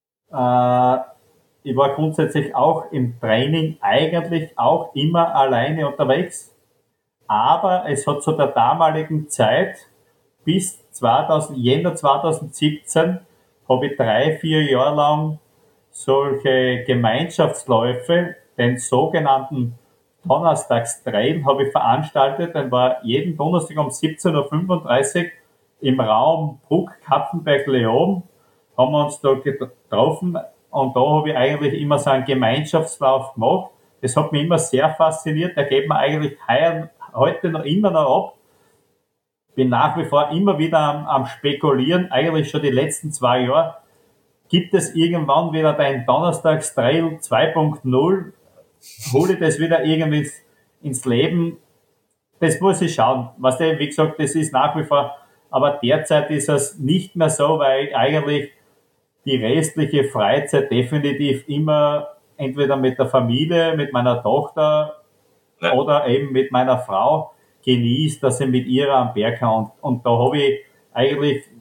Äh, ich war grundsätzlich auch im Training eigentlich auch immer alleine unterwegs. Aber es hat zu der damaligen Zeit bis zweitausend, Jänner zweitausendsiebzehn habe ich drei, vier Jahre lang solche Gemeinschaftsläufe, den sogenannten Donnerstagstrail, habe ich veranstaltet. Dann war jeden Donnerstag um siebzehn Uhr fünfunddreißig im Raum Bruck-Kapfenberg-Leon, haben wir uns da getroffen, und da habe ich eigentlich immer so einen Gemeinschaftslauf gemacht. Das hat mich immer sehr fasziniert, da geht man eigentlich heute noch immer noch ab. Bin nach wie vor immer wieder am, am Spekulieren, eigentlich schon die letzten zwei Jahre. Gibt es irgendwann wieder den Donnerstagstrail zwei Punkt null? Hole ich das wieder irgendwie ins Leben? Das muss ich schauen. Weißt du, wie gesagt, das ist nach wie vor, aber derzeit ist es nicht mehr so, weil ich eigentlich die restliche Freizeit definitiv immer entweder mit der Familie, mit meiner Tochter ja. oder eben mit meiner Frau genießt, dass ich mit ihr am Berg kann. Und, und da habe ich eigentlich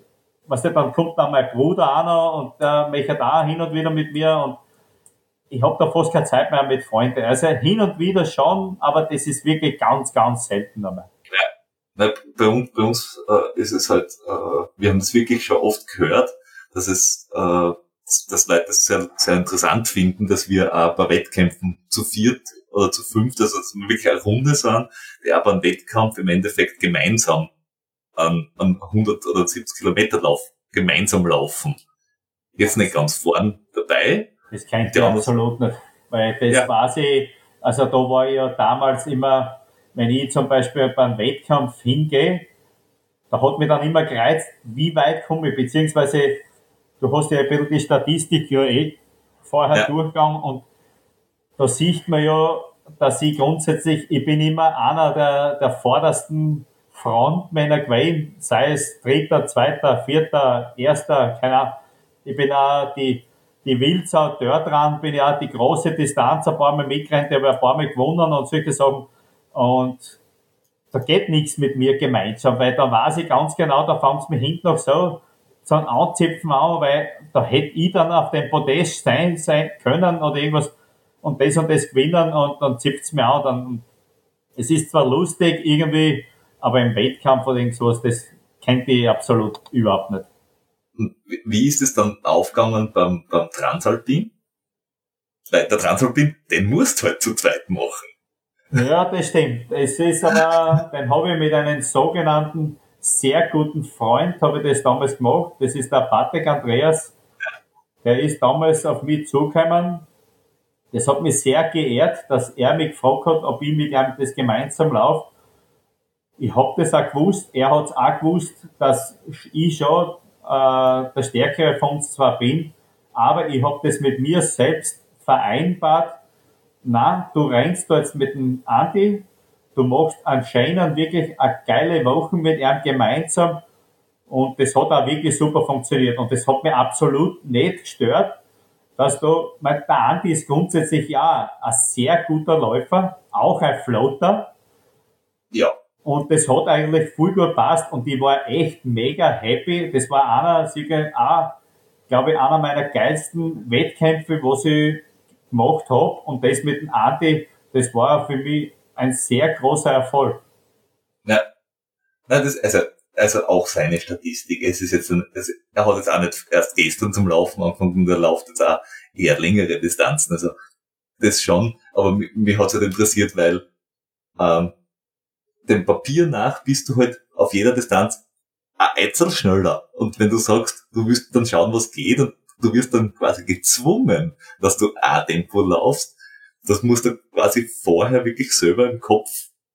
weißt du, dann kommt dann mein Bruder auch noch und der möchte da hin und wieder mit mir und ich habe da fast keine Zeit mehr mit Freunden. Also hin und wieder schon, aber das ist wirklich ganz, ganz selten einmal. Ja. Nein, bei uns, bei uns äh, ist es halt, äh, wir haben das wirklich schon oft gehört, dass es, äh, dass Leute das sehr, sehr interessant finden, dass wir auch bei Wettkämpfen zu viert oder zu fünft, also dass wir wirklich eine Runde sind, die aber einen Wettkampf im Endeffekt gemeinsam an, an hundert oder siebzig Kilometer Lauf gemeinsam laufen. Jetzt nicht ganz vorn dabei. Das kennt ich absolut nicht, weil das ja. weiß ich, also da war ich ja damals immer, wenn ich zum Beispiel beim Wettkampf hingehe, da hat mich dann immer gereizt, wie weit komme ich, beziehungsweise du hast ja ein bisschen die Statistik ja eh vorher ja. durchgegangen und da sieht man ja, dass ich grundsätzlich, ich bin immer einer der, der vordersten Frontmänner gewesen, sei es dritter, zweiter, vierter, erster, keine Ahnung. Ich bin auch die, die Wildsau dort dran, bin ich auch die große Distanz ein paar Mal mitgerannt, habe ein paar Mal gewonnen und solche Sachen. Und da geht nichts mit mir gemeinsam, weil da weiß ich ganz genau, da fängt es mir hinten noch so, so ein Anzipfen an, weil da hätte ich dann auf dem Podest sein, sein können oder irgendwas und das und das gewinnen und dann zipft es mir an. Dann, es ist zwar lustig irgendwie, aber im Wettkampf oder irgend sowas, das kennt ich absolut überhaupt nicht. Wie ist es dann aufgegangen beim, beim Transalpin? Weil der Transalpin, den musst du halt zu zweit machen. Ja, das stimmt. Es ist aber, den habe ich mit einem sogenannten sehr guten Freund, habe ich das damals gemacht. Das ist der Patrick Andreas. Der ist damals auf mich zugekommen. Das hat mich sehr geehrt, dass er mich gefragt hat, ob ich mit ihm das gemeinsam laufe. Ich habe das auch gewusst. Er hat es auch gewusst, dass ich schon äh, der Stärkere von uns zwar bin, aber ich habe das mit mir selbst vereinbart. Na, du rennst da jetzt mit dem Andi, du machst anscheinend wirklich eine geile Woche mit ihm gemeinsam und das hat auch wirklich super funktioniert und das hat mich absolut nicht gestört, dass du, mein, der Andi ist grundsätzlich ja ein sehr guter Läufer, auch ein Floater. Ja. Und das hat eigentlich voll gut gepasst und ich war echt mega happy. Das war einer, sicher auch, glaube ich, einer meiner geilsten Wettkämpfe, was ich gemacht habe. Und das mit dem Andi, das war für mich ein sehr großer Erfolg. Ja. Nein, das, also, also auch seine Statistik. Es ist jetzt, ein, also er hat jetzt auch nicht erst gestern zum Laufen angefangen und er läuft jetzt auch eher längere Distanzen. Also, das schon. Aber mich, mich hat es halt interessiert, weil, ähm, dem Papier nach bist du halt auf jeder Distanz ein Eizel schneller. Und wenn du sagst, du willst dann schauen, was geht und du wirst dann quasi gezwungen, dass du ein Tempo laufst, das musst du quasi vorher wirklich selber im Kopf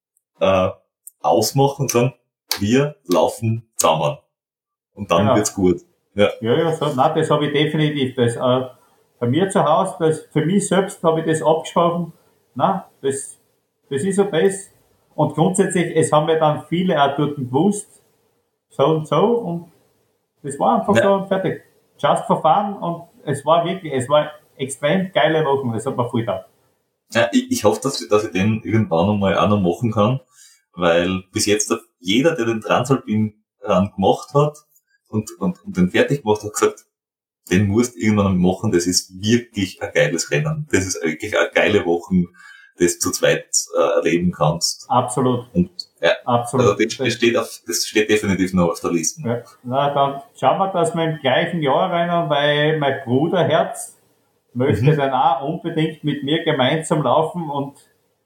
äh, ausmachen und sagen, wir laufen zusammen. Und dann genau. Wird's gut. Ja, ja, ja so, nein, das habe ich definitiv. Das, äh, bei mir zu Hause, das, für mich selbst habe ich das abgesprochen. Nein, das, das ist so das. Und grundsätzlich, es haben ja dann viele auch dort gewusst, so und so, und das war einfach ja. so fertig. Just for fun, und es war wirklich, es war extrem geile Wochen, das hat mir voll getan. Ja, ich, ich hoffe, dass ich, dass ich den irgendwann einmal auch noch machen kann, weil bis jetzt jeder, der den Transalpin ran gemacht hat und, und, und den fertig gemacht hat, gesagt, den musst du irgendwann mal machen, das ist wirklich ein geiles Rennen. Das ist wirklich eine geile Woche, das zu zweit äh, erleben kannst. Absolut. Und, ja, absolut. Also das, das, steht auf, das steht definitiv noch auf der Liste. Ja. Na, dann schauen wir, dass wir im gleichen Jahr rennen, weil mein Bruder Herz möchte mhm. dann auch unbedingt mit mir gemeinsam laufen und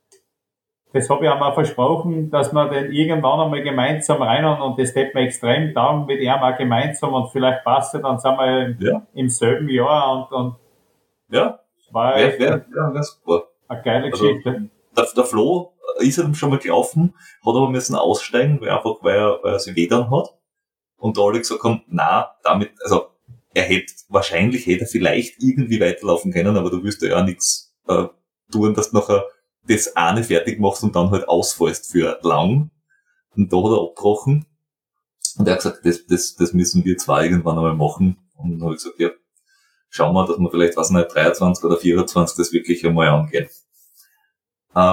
das habe ich auch mal versprochen, dass wir dann irgendwann einmal gemeinsam rennen und das tät mir extrem taugen mit ihm auch gemeinsam und vielleicht passt es, dann sind wir im, ja. im selben Jahr und, und ja, war wär, wär, ja, wär super. Eine geile Geschichte. Also, der, der Flo ist ja schon mal gelaufen, hat aber müssen aussteigen, weil einfach, weil er, weil er sich wehtan hat. Und da alle gesagt haben, na, damit, also, er hätte, wahrscheinlich hätte er vielleicht irgendwie weiterlaufen können, aber du wirst ja auch nichts, äh, tun, dass du nachher das eine fertig machst und dann halt ausfallst für lang. Und da hat er abgebrochen. Und er hat gesagt, das, das, das müssen wir zwar irgendwann einmal machen. Und dann habe ich gesagt, ja, schauen wir, dass wir vielleicht, was nicht, dreiundzwanzig oder vierundzwanzig das wirklich einmal angehen. Äh,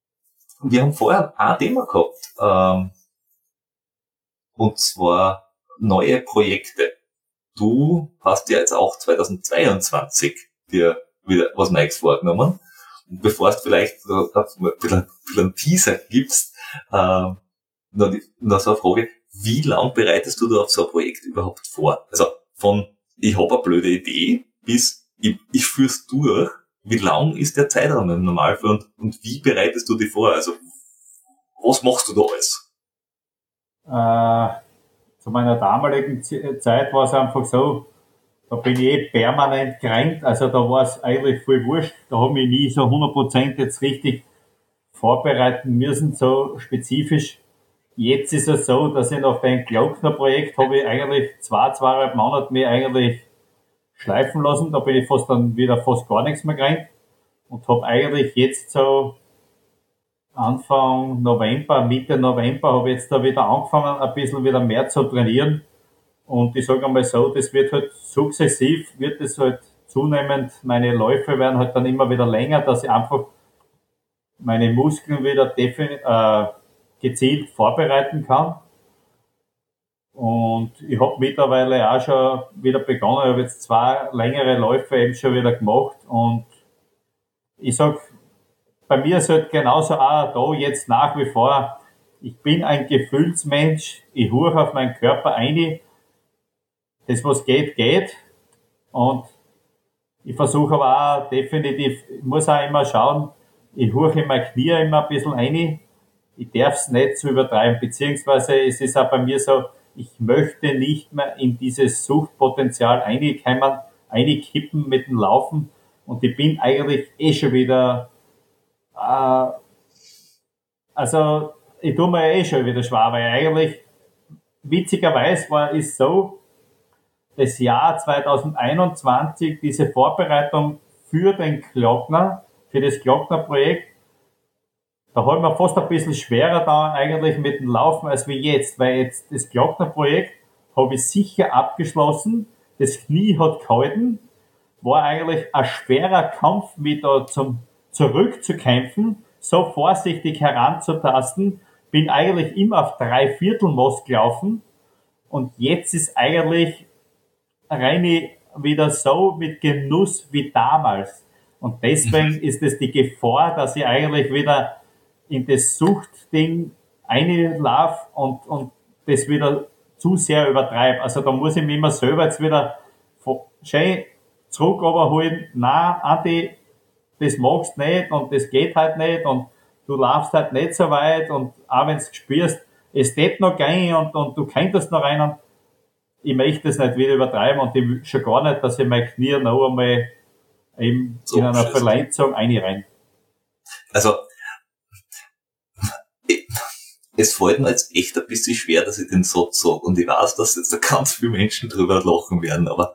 wir haben vorher ein Thema gehabt, ähm, und zwar neue Projekte. Du hast ja jetzt auch zweitausendzweiundzwanzig dir wieder was Neues vorgenommen. Und bevor es vielleicht äh, ein bisschen, ein bisschen einen Teaser gibst, äh, noch, die, noch so eine Frage, wie lang bereitest du da auf so ein Projekt überhaupt vor? Also von ich habe eine blöde Idee bis ich, ich führ's durch. Wie lang ist der Zeitraum im Normalfall und, und wie bereitest du dich vor? Also was machst du da alles? Äh, zu meiner damaligen Z- Zeit war es einfach so, da bin ich eh permanent gerannt, also da war es eigentlich voll wurscht, da habe ich nie so hundert Prozent jetzt richtig vorbereiten müssen, so spezifisch. Jetzt ist es so, dass ich nach dem Glockner-Projekt habe ich eigentlich zwei, zweieinhalb Monate mehr eigentlich schleifen lassen, da bin ich fast dann wieder fast gar nichts mehr gerannt und habe eigentlich jetzt so Anfang November, Mitte November habe ich jetzt da wieder angefangen, ein bisschen wieder mehr zu trainieren. Und ich sage einmal so, das wird halt sukzessiv, wird es halt zunehmend, meine Läufe werden halt dann immer wieder länger, dass ich einfach meine Muskeln wieder defin- äh, gezielt vorbereiten kann. Und ich habe mittlerweile auch schon wieder begonnen, ich habe jetzt zwei längere Läufe eben schon wieder gemacht. Und ich sag, bei mir ist halt genauso auch da jetzt nach wie vor, ich bin ein Gefühlsmensch, ich höre auf meinen Körper ein, das was geht, geht. Und ich versuche aber auch definitiv, ich muss auch immer schauen, ich höre in mein Knie immer ein bisschen ein, ich darf es nicht zu übertreiben, beziehungsweise es ist auch bei mir so, ich möchte nicht mehr in dieses Suchtpotenzial einkommen, einkippen mit dem Laufen und ich bin eigentlich eh schon wieder äh, also, ich tue mir eh schon wieder schwer, weil eigentlich, witzigerweise war es so, das Jahr zweitausendeinundzwanzig, diese Vorbereitung für den Glockner, für das Glockner-Projekt, da hat mir fast ein bisschen schwerer da eigentlich mit dem Laufen als wie jetzt, weil jetzt das Glockner-Projekt habe ich sicher abgeschlossen, das Knie hat gehalten, war eigentlich ein schwerer Kampf, mich da zum zurückzukämpfen, so vorsichtig heranzutasten, bin eigentlich immer auf drei Viertelmost gelaufen und jetzt ist eigentlich rein wieder so mit Genuss wie damals. Und deswegen ist es die Gefahr, dass ich eigentlich wieder in das Suchtding einlaufe und, und das wieder zu sehr übertreibe. Also da muss ich mich immer selber jetzt wieder schön zurück überholen. Na, Andi, das magst du nicht und das geht halt nicht und du laufst halt nicht so weit und auch wenn du spürst, es geht noch gehen und, und du könntest noch rein. Ich möchte das nicht wieder übertreiben und ich will schon gar nicht, dass ich mein Knie noch einmal eben So in einer schießt. Verletzung einrein. Also, es fällt mir jetzt echt ein bisschen schwer, dass ich den Satz sage. Und ich weiß, dass jetzt da ganz viele Menschen drüber lachen werden, aber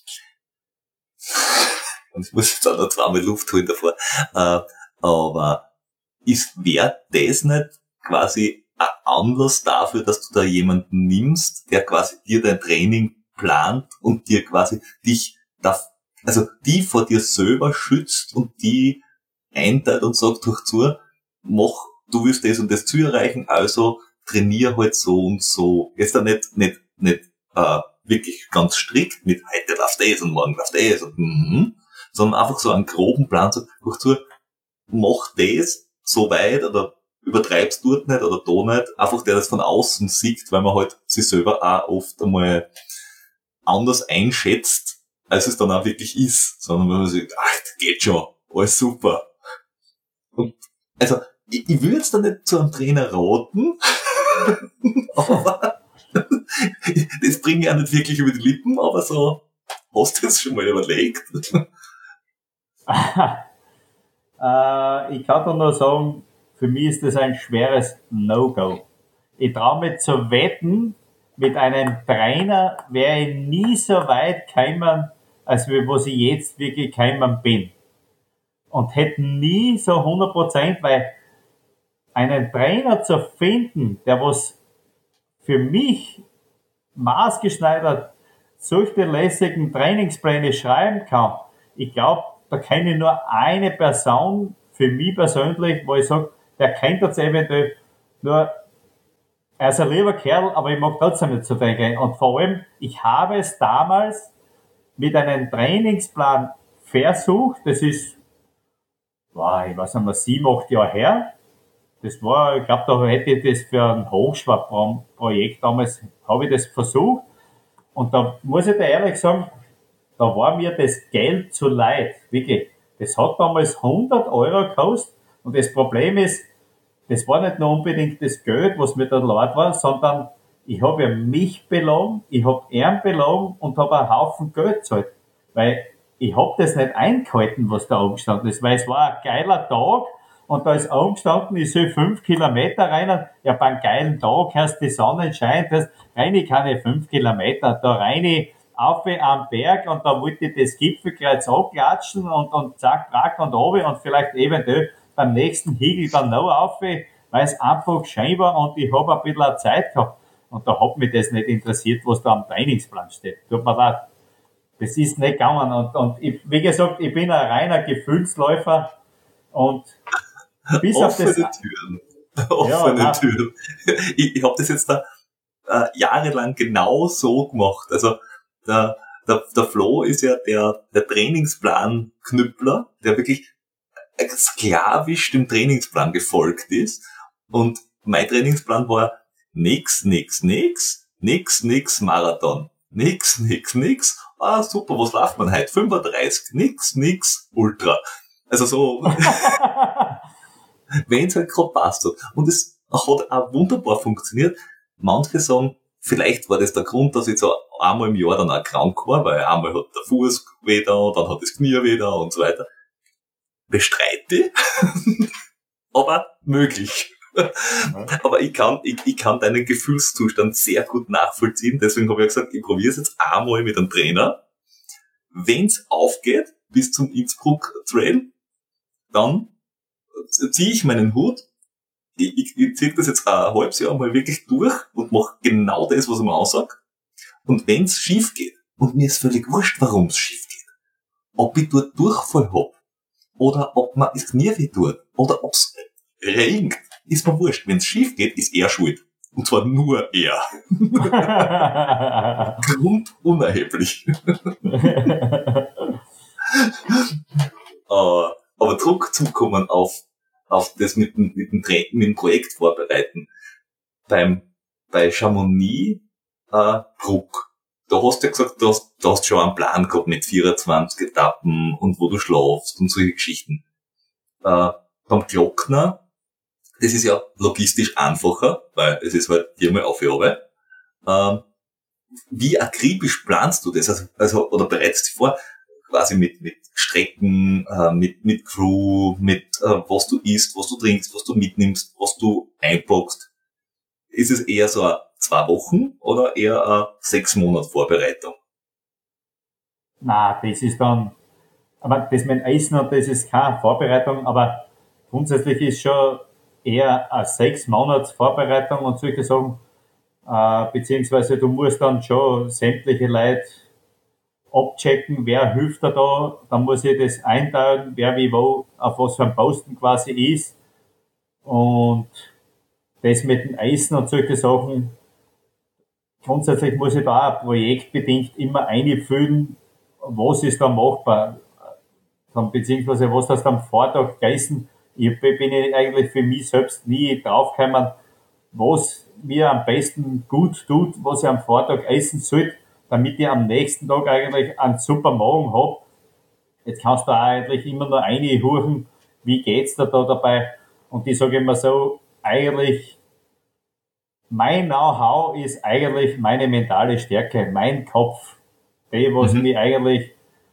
und ich muss jetzt auch noch zweimal Luft holen davor. Äh, aber ist, wäre das nicht quasi ein Anlass dafür, dass du da jemanden nimmst, der quasi dir dein Training plant und dir quasi dich, darf, also die vor dir selber schützt und die einteilt und sagt, durch zu, mach, du willst das und das Ziel erreichen, also trainier halt so und so. Jetzt da nicht, nicht, nicht, äh, wirklich ganz strikt mit heute darfst du das und morgen darfst du das und, mhm, sondern einfach so einen groben Plan, so, durch zu, mach das so weit oder übertreibst dort nicht oder da nicht, einfach der das von außen sieht, weil man halt sich selber auch oft einmal anders einschätzt, als es dann auch wirklich ist, sondern wenn man sagt, ach, das geht schon, alles super. Und, also, ich, ich würde jetzt da nicht zu einem Trainer raten, aber das bringe ich auch nicht wirklich über die Lippen, aber so, hast du das schon mal überlegt? äh, ich kann dir nur sagen, für mich ist das ein schweres No-Go. Ich traue mich zu wetten, mit einem Trainer wäre ich nie so weit gekommen, als wie was ich jetzt wirklich gekommen bin. Und hätte nie so hundert Prozent, weil einen Trainer zu finden, der was für mich maßgeschneidert solche lässigen Trainingspläne schreiben kann, ich glaube, da kenne ich nur eine Person für mich persönlich, wo ich sage, der kennt das eventuell, nur er ist ein lieber Kerl, aber ich mag trotzdem nicht zu denken. Und vor allem, ich habe es damals mit einem Trainingsplan versucht, das ist, wow, ich weiß nicht mehr, sieben, acht Jahre her. Das war, ich glaube, da hätte ich das für ein Hochschwab-Projekt damals, habe ich das versucht. Und da muss ich dir ehrlich sagen, da war mir das Geld zu leid, wirklich. Das hat damals hundert Euro gekostet. Und das Problem ist, das war nicht nur unbedingt das Geld, was mir da leid war, sondern ich habe ja mich belogen, ich habe ihn belogen und habe einen Haufen Geld gezahlt. Weil ich habe das nicht eingehalten, was da umgestanden ist, weil es war ein geiler Tag und da ist umgestanden, ich soll fünf Kilometer rein. Ja, beim geilen Tag hast die Sonne scheint, hast rein keine fünf Kilometer, da rein auf am Berg und da wollte ich das Gipfelkreuz abklatschen und, und zack, brack und runter und vielleicht eventuell beim nächsten Hügel dann noch auf, weil es einfach schön war und ich habe ein bisschen Zeit gehabt. Und da hat mich das nicht interessiert, was da am Trainingsplan steht. Tut mir leid. Das ist nicht gegangen. Und, und ich, wie gesagt, ich bin ein reiner Gefühlsläufer und bis auf das... Offene Türen. Offene ja, Türen. Ich, ich habe das jetzt da äh, jahrelang genau so gemacht. Also der, der, der Flo ist ja der, der Trainingsplan-Knüppler, der wirklich sklavisch dem Trainingsplan gefolgt ist. Und mein Trainingsplan war nix, nix, nix, nix, nix Marathon. Nix, nix, nix. Ah, super, was läuft man heute? fünfunddreißig. Nix, nix, Ultra. Also so, wenn's halt gerade passt hat. Und es hat auch wunderbar funktioniert. Manche sagen, vielleicht war das der Grund, dass ich so einmal im Jahr dann auch krank war, weil einmal hat der Fuß weh da, dann hat das Knie weh da und so weiter. Bestreite, aber möglich. Ja. Aber ich kann, ich, ich kann deinen Gefühlszustand sehr gut nachvollziehen, deswegen habe ich gesagt, ich probiere es jetzt einmal mit einem Trainer. Wenn's aufgeht, bis zum Innsbruck Trail, dann ziehe ich meinen Hut, ich, ich, ich ziehe das jetzt ein halbes Jahr mal wirklich durch und mache genau das, was ich mir aussage. Und wenn's schief geht, und mir ist völlig wurscht, warum es schief geht, ob ich dort Durchfall hab, oder ob man das Knie weh tut, oder ob's regnet, ist mir wurscht. Wenn's schief geht, ist er schuld. Und zwar nur er. Grundunerheblich. uh, aber zurückzukommen auf, auf das mit dem, mit dem, Tra- mit dem Projekt vorbereiten. Beim, bei Chamonix, äh, Bruck. Da hast du ja gesagt, du hast, du hast schon einen Plan gehabt mit vierundzwanzig Etappen und wo du schlafst und solche Geschichten. Äh, beim Glockner, das ist ja logistisch einfacher, weil es ist halt viermal auf Jahre. Ähm, wie akribisch planst du das? Also, also oder bereitest du vor, quasi mit, mit Strecken, äh, mit, mit Crew, mit, äh, was du isst, was du trinkst, was du mitnimmst, was du einpackst? Ist es eher so ein zwei Wochen oder eher eine sechs Monate Vorbereitung? Na, das ist dann, aber das mit dem Essen und das ist keine Vorbereitung, aber grundsätzlich ist schon eher eine sechs Monats Vorbereitung und solche Sachen, äh, beziehungsweise du musst dann schon sämtliche Leute abchecken, wer hilft dir da, dann muss ich das einteilen, wer wie wo, auf was für ein Posten quasi ist und das mit dem Essen und solche Sachen. Grundsätzlich muss ich da auch projektbedingt immer einfühlen, was ist da machbar, beziehungsweise was hast du am Vortag gegessen. Ich bin ich eigentlich für mich selbst nie draufgekommen, was mir am besten gut tut, was ich am Vortag essen sollte, damit ich am nächsten Tag eigentlich einen super Magen habe. Jetzt kannst du auch eigentlich immer nur reinhorchen, wie geht's dir da dabei? Und ich sage immer so, eigentlich mein Know-how ist eigentlich meine mentale Stärke, mein Kopf. Die, was mhm. mich eigentlich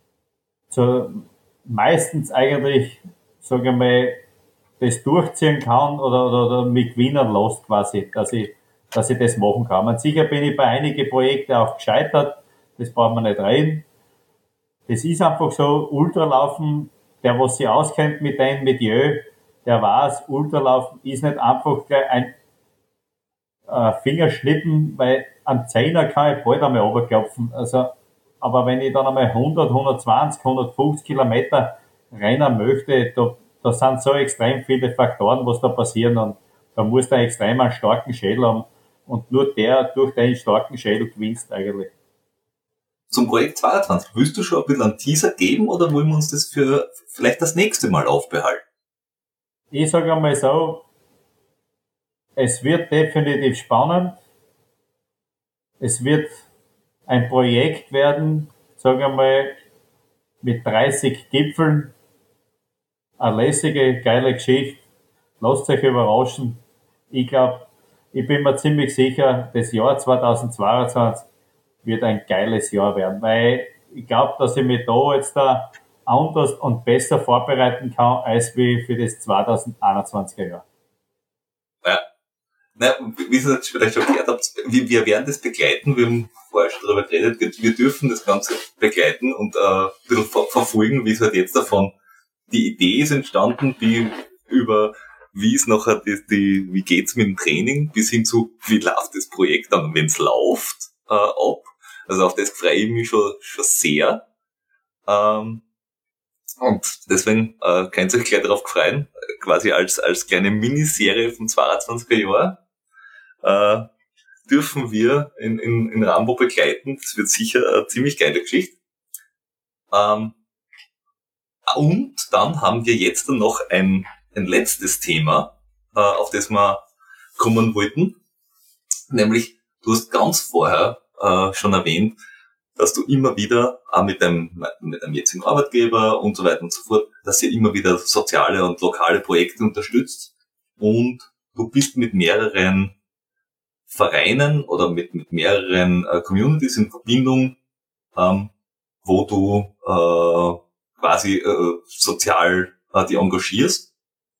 so meistens eigentlich, sage ich mal, das durchziehen kann oder, oder, oder mich gewinnen lässt quasi, dass ich, dass ich das machen kann. Und sicher bin ich bei einigen Projekten auch gescheitert, das braucht man nicht reden. Das ist einfach so, Ultralaufen, der was sich auskennt mit dem Milieu, der weiß, Ultralaufen ist nicht einfach gleich ein äh, Fingerschnippen, weil am Zehner kann ich bald einmal runterklopfen. Also, aber wenn ich dann einmal hundert, hundertzwanzig, hundertfünfzig Kilometer rennen möchte, da, da sind so extrem viele Faktoren, was da passieren und da muss der extrem einen starken Schädel haben. und nur der durch den starken Schädel gewinnst eigentlich. Zum Projekt zweiundzwanzig, willst du schon ein bisschen einen Teaser geben oder wollen wir uns das für vielleicht das nächste Mal aufbehalten? Ich sage einmal so, es wird definitiv spannend. Es wird ein Projekt werden, sagen wir mal, mit dreißig Gipfeln. Eine lässige, geile Geschichte. Lasst euch überraschen. Ich glaube, ich bin mir ziemlich sicher, das Jahr zweitausendzweiundzwanzig wird ein geiles Jahr werden, weil ich glaube, dass ich mich da jetzt da anders und besser vorbereiten kann, als wie für das zweitausendeinundzwanziger Jahr. Ja. Na, wie ihr jetzt vielleicht schon gehört habt, wir, wir werden das begleiten, wir haben vorher schon darüber geredet, wir, wir dürfen das Ganze begleiten und äh, ein bisschen ver- verfolgen, wie es halt jetzt davon, die Idee ist entstanden, die über wie ist nachher die, die, wie geht's mit dem Training, bis hin zu, wie läuft das Projekt dann, wenn's läuft, äh, ab. Also auf das freue ich mich schon, schon sehr. Ähm, und deswegen äh, könnt ihr euch gleich darauf freuen, quasi als als kleine Miniserie vom zweiundzwanziger Jahr äh, dürfen wir in, in, in Rambo begleiten. Das wird sicher eine ziemlich geile Geschichte. Ähm, und dann haben wir jetzt dann noch ein, ein letztes Thema, äh, auf das wir kommen wollten. Nämlich, du hast ganz vorher äh, schon erwähnt, dass du immer wieder, auch mit deinem, mit deinem jetzigen Arbeitgeber und so weiter und so fort, dass ihr immer wieder soziale und lokale Projekte unterstützt und du bist mit mehreren Vereinen oder mit, mit mehreren äh, Communities in Verbindung, ähm, wo du äh, quasi äh, sozial äh, die engagierst,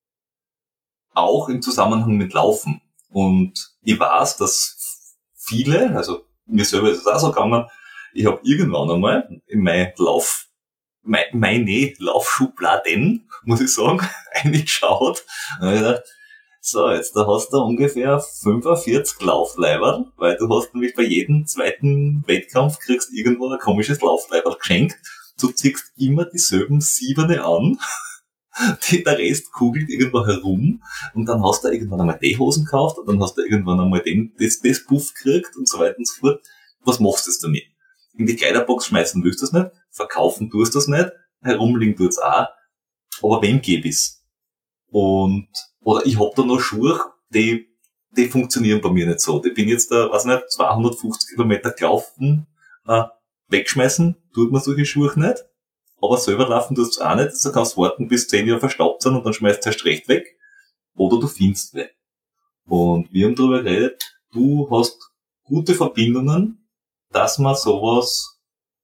auch im Zusammenhang mit Laufen. Und ich weiß, dass viele, also mir selber ist es auch so gegangen, ich habe irgendwann einmal in meine Lauf, meine, meine Laufschubladen, muss ich sagen, reingeschaut und hab gedacht, so, jetzt da hast du ungefähr fünfundvierzig Laufleiberl, weil du hast nämlich bei jedem zweiten Wettkampf kriegst irgendwo ein komisches Laufleiberl geschenkt. Du ziehst immer dieselben Siebene an, die, der Rest kugelt irgendwo herum und dann hast du irgendwann einmal die Hosen gekauft und dann hast du irgendwann einmal den, das, das Buff gekriegt und so weiter und so fort. Was machst du jetzt damit? In die Kleiderbox schmeißen willst du das nicht, verkaufen tust du das nicht, herumliegen tut's auch, aber wem gebe ich's? Und, oder ich hab da noch Schuhe, die, die funktionieren bei mir nicht so. Die bin jetzt da, weiß nicht, zweihundertfünfzig Kilometer gelaufen, äh, wegschmeißen tut man solche Schuhe nicht, aber selber laufen tust du auch nicht, also kannst warten, bis zehn Jahre verstaubt sind und dann schmeißt du erst recht weg, oder du findest weg. Und wir haben darüber geredet, du hast gute Verbindungen, dass man sowas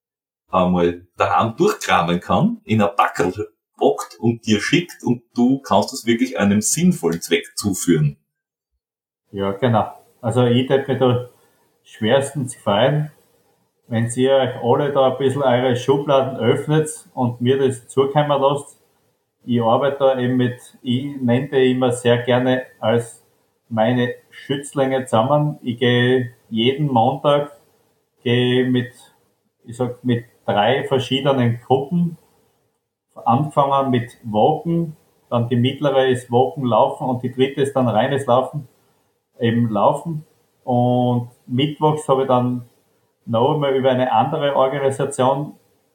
einmal daheim durchkramen kann, in ein Packerl packt und dir schickt und du kannst es wirklich einem sinnvollen Zweck zuführen. Ja, genau. Also ich hätte mich da schwerstens freuen, wenn ihr euch alle da ein bisschen eure Schubladen öffnet und mir das zukommen lasst. Ich arbeite da eben mit, ich nenne die immer sehr gerne als meine Schützlinge zusammen. Ich gehe jeden Montag, gehe mit, ich sag, mit drei verschiedenen Gruppen, angefangen mit Walken, dann die mittlere ist Walken, Laufen und die dritte ist dann reines Laufen, eben Laufen. Und mittwochs habe ich dann noch einmal über eine andere Organisation,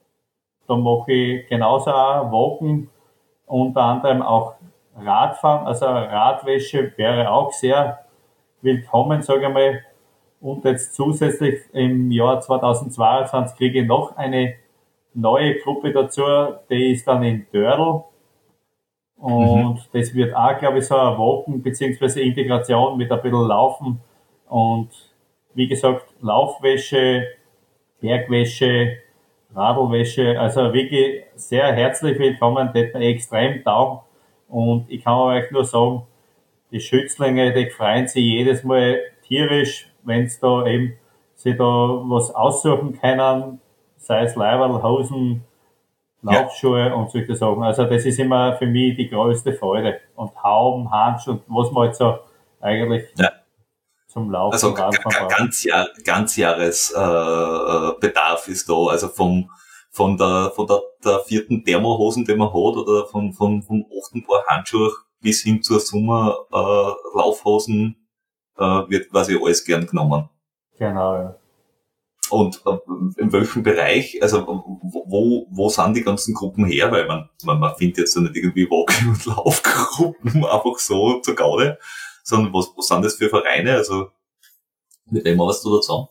da mache ich genauso auch Walken, unter anderem auch Radfahren, also Radwäsche wäre auch sehr willkommen, sage ich mal. Und jetzt zusätzlich im Jahr zweitausendzweiundzwanzig kriege ich noch eine neue Gruppe dazu, die ist dann in Dördel. Und mhm. das wird auch, glaube ich, so ein Walken bzw. Integration mit ein bisschen Laufen. Und wie gesagt, Laufwäsche, Bergwäsche, Radlwäsche, also wirklich sehr herzlich willkommen, das hat mir extrem taugt. Und ich kann euch nur sagen, die Schützlinge, die freuen sich jedes Mal tierisch, wenn sie da eben sich da was aussuchen können, sei es Leiberl, Hosen, Laufschuhe ja. und solche Sachen. Also das ist immer für mich die größte Freude. Und Hauben, Handschuhe und was man halt so eigentlich ja. zum Laufen also braucht. Ganz Jahr, Ganzjahres äh, Bedarf ist da, also vom von der von der, der vierten Thermohosen, die man hat, oder von von vom achten Paar Handschuhe bis hin zur Sommer äh, Laufhosen, äh, wird quasi alles gern genommen. Genau, ja. Und äh, in welchem Bereich, also wo wo sind die ganzen Gruppen her? Weil man man, man findet jetzt ja nicht irgendwie Walk- und Laufgruppen einfach so zur Gaude, sondern was was sind das für Vereine? Also mit wem arbeitest du da zusammen?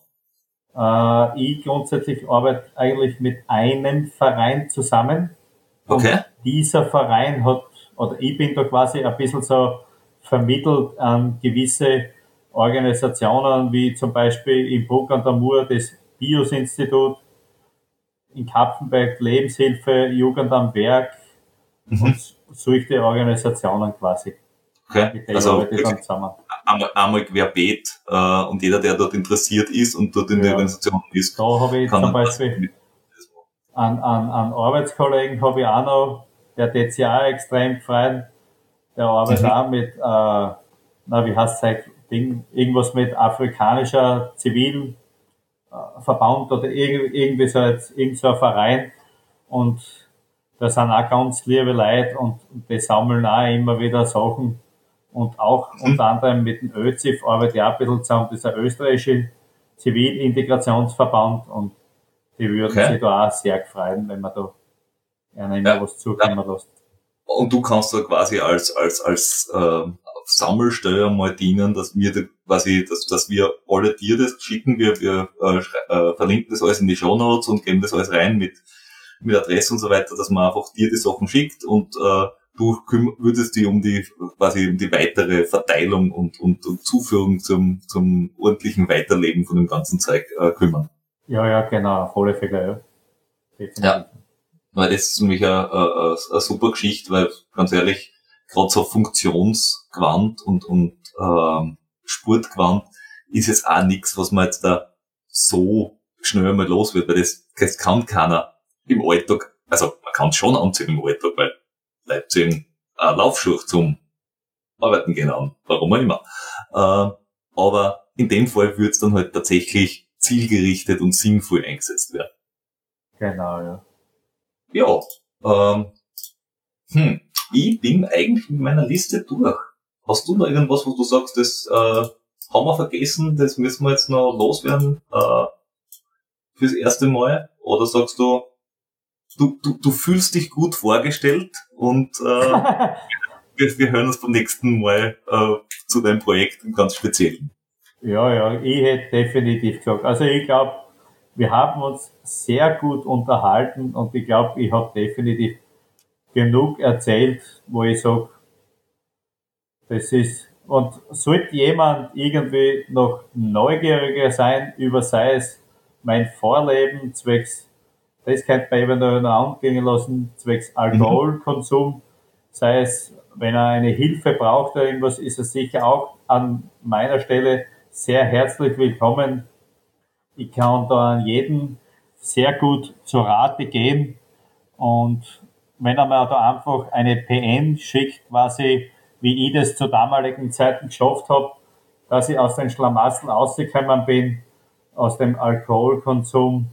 Äh, ich grundsätzlich arbeite eigentlich mit einem Verein zusammen. Okay. Und dieser Verein hat, oder ich bin da quasi ein bisschen so vermittelt an gewisse Organisationen, wie zum Beispiel in Bruck an der Mur das BIOS-Institut, in Kapfenberg Lebenshilfe, Jugend am Berg Mhm. und solche Organisationen quasi. Okay. Mit denen Also arbeite ich dann zusammen. einmal, einmal querbeet äh, und jeder, der dort interessiert ist und dort in Ja. der Organisation ist, Da habe ich kann zum dann Beispiel an, an, an Arbeitskollegen habe ich auch noch, der tät sich auch extrem freuen. Der arbeitet Mhm. auch mit, äh, na, wie heißt es, Ding, irgendwas mit afrikanischer Zivilverband äh, Verband oder irg- irgendwie so, jetzt, irgend so ein Verein. Und da sind auch ganz liebe Leute und die sammeln auch immer wieder Sachen. Und auch Mhm. unter anderem mit dem Ö Z I F arbeite ich auch ein bisschen zusammen. Das ist ein österreichischer Zivilintegrationsverband und die würden Okay. sich da auch sehr freuen, wenn man da einer immer Ja. was zukommen lässt. Und du kannst da quasi als als als äh, Sammelsteuer mal dienen, dass wir da quasi, dass, dass wir alle dir das schicken, wir, wir äh, schrei- äh, verlinken das alles in die Shownotes und geben das alles rein mit mit Adresse und so weiter, dass man einfach dir die Sachen schickt und äh, du küm- würdest dich um die quasi um die weitere Verteilung und, und, und Zuführung zum zum ordentlichen Weiterleben von dem ganzen Zeug äh, kümmern. Ja, ja, genau, auf alle Fälle, ja. Definitiv. Ja. Weil das ist nämlich eine, eine, eine super Geschichte, weil ganz ehrlich, gerade so funktionsgewandt und, und ähm, sportgewandt ist jetzt auch nichts, was man jetzt da so schnell mal los wird, weil das, das kann keiner im Alltag, also man kann es schon anziehen im Alltag, weil Leute ziehen äh, Laufschuhe zum Arbeiten gehen an, warum auch immer. Äh, aber in dem Fall wird es dann halt tatsächlich zielgerichtet und sinnvoll eingesetzt werden. Genau, ja. Ja, ähm, hm, ich bin eigentlich mit meiner Liste durch. Hast du noch irgendwas, wo du sagst, das äh, haben wir vergessen, das müssen wir jetzt noch loswerden äh, fürs erste Mal? Oder sagst du, du, du, du fühlst dich gut vorgestellt und äh, wir, wir hören uns beim nächsten Mal äh, zu deinem Projekt im ganz Speziellen. Ja, ja, ich hätte definitiv gesagt. Also ich glaube, wir haben uns sehr gut unterhalten und ich glaube, ich habe definitiv genug erzählt, wo ich sage, das ist, und sollte jemand irgendwie noch neugieriger sein über, sei es mein Vorleben zwecks, das könnte man eben noch angehen lassen, zwecks Alkoholkonsum, sei es, wenn er eine Hilfe braucht oder irgendwas, ist er sicher auch an meiner Stelle sehr herzlich willkommen. Ich kann da an jeden sehr gut zur Rate gehen und wenn er mir da einfach eine P N schickt, quasi, wie ich das zu damaligen Zeiten geschafft habe, dass ich aus den Schlamassel rausgekommen bin, aus dem Alkoholkonsum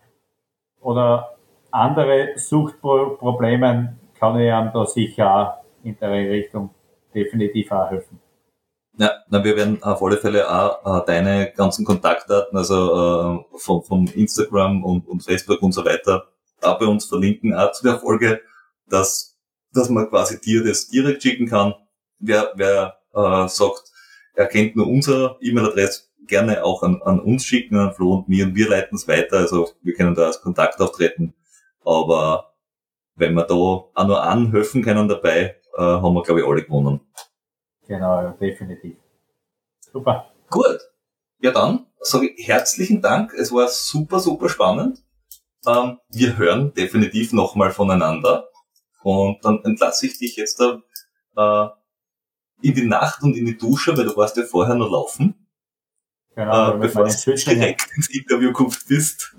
oder andere Suchtproblemen, kann ich ihm da sicher auch in der Richtung definitiv auch helfen. Ja, na, wir werden auf alle Fälle auch äh, deine ganzen Kontaktdaten, also äh, vom, vom Instagram und, und Facebook und so weiter, auch bei uns verlinken, auch zu der Folge, dass, dass man quasi dir das direkt schicken kann. Wer, wer äh, sagt, er kennt nur unsere E-Mail-Adresse, gerne auch an, an uns schicken, an Flo und mir, und wir leiten es weiter, also wir können da als Kontakt auftreten. Aber wenn wir da auch nur anhelfen können dabei, äh, haben wir, glaube ich, alle gewonnen. Genau, ja, definitiv. Super. Gut. Ja, dann sage ich herzlichen Dank. Es war super, super spannend. Ähm, wir hören definitiv nochmal voneinander. Und dann entlasse ich dich jetzt äh, in die Nacht und in die Dusche, weil du warst ja vorher noch laufen. Genau, Äh, bevor du direkt ins Interview gekommen bist.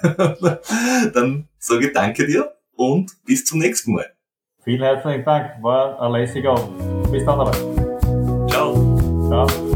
Dann sage ich danke dir und bis zum nächsten Mal. Vielen herzlichen Dank. War ein lässiger Abend. Bis dann aber. Ciao. Ciao.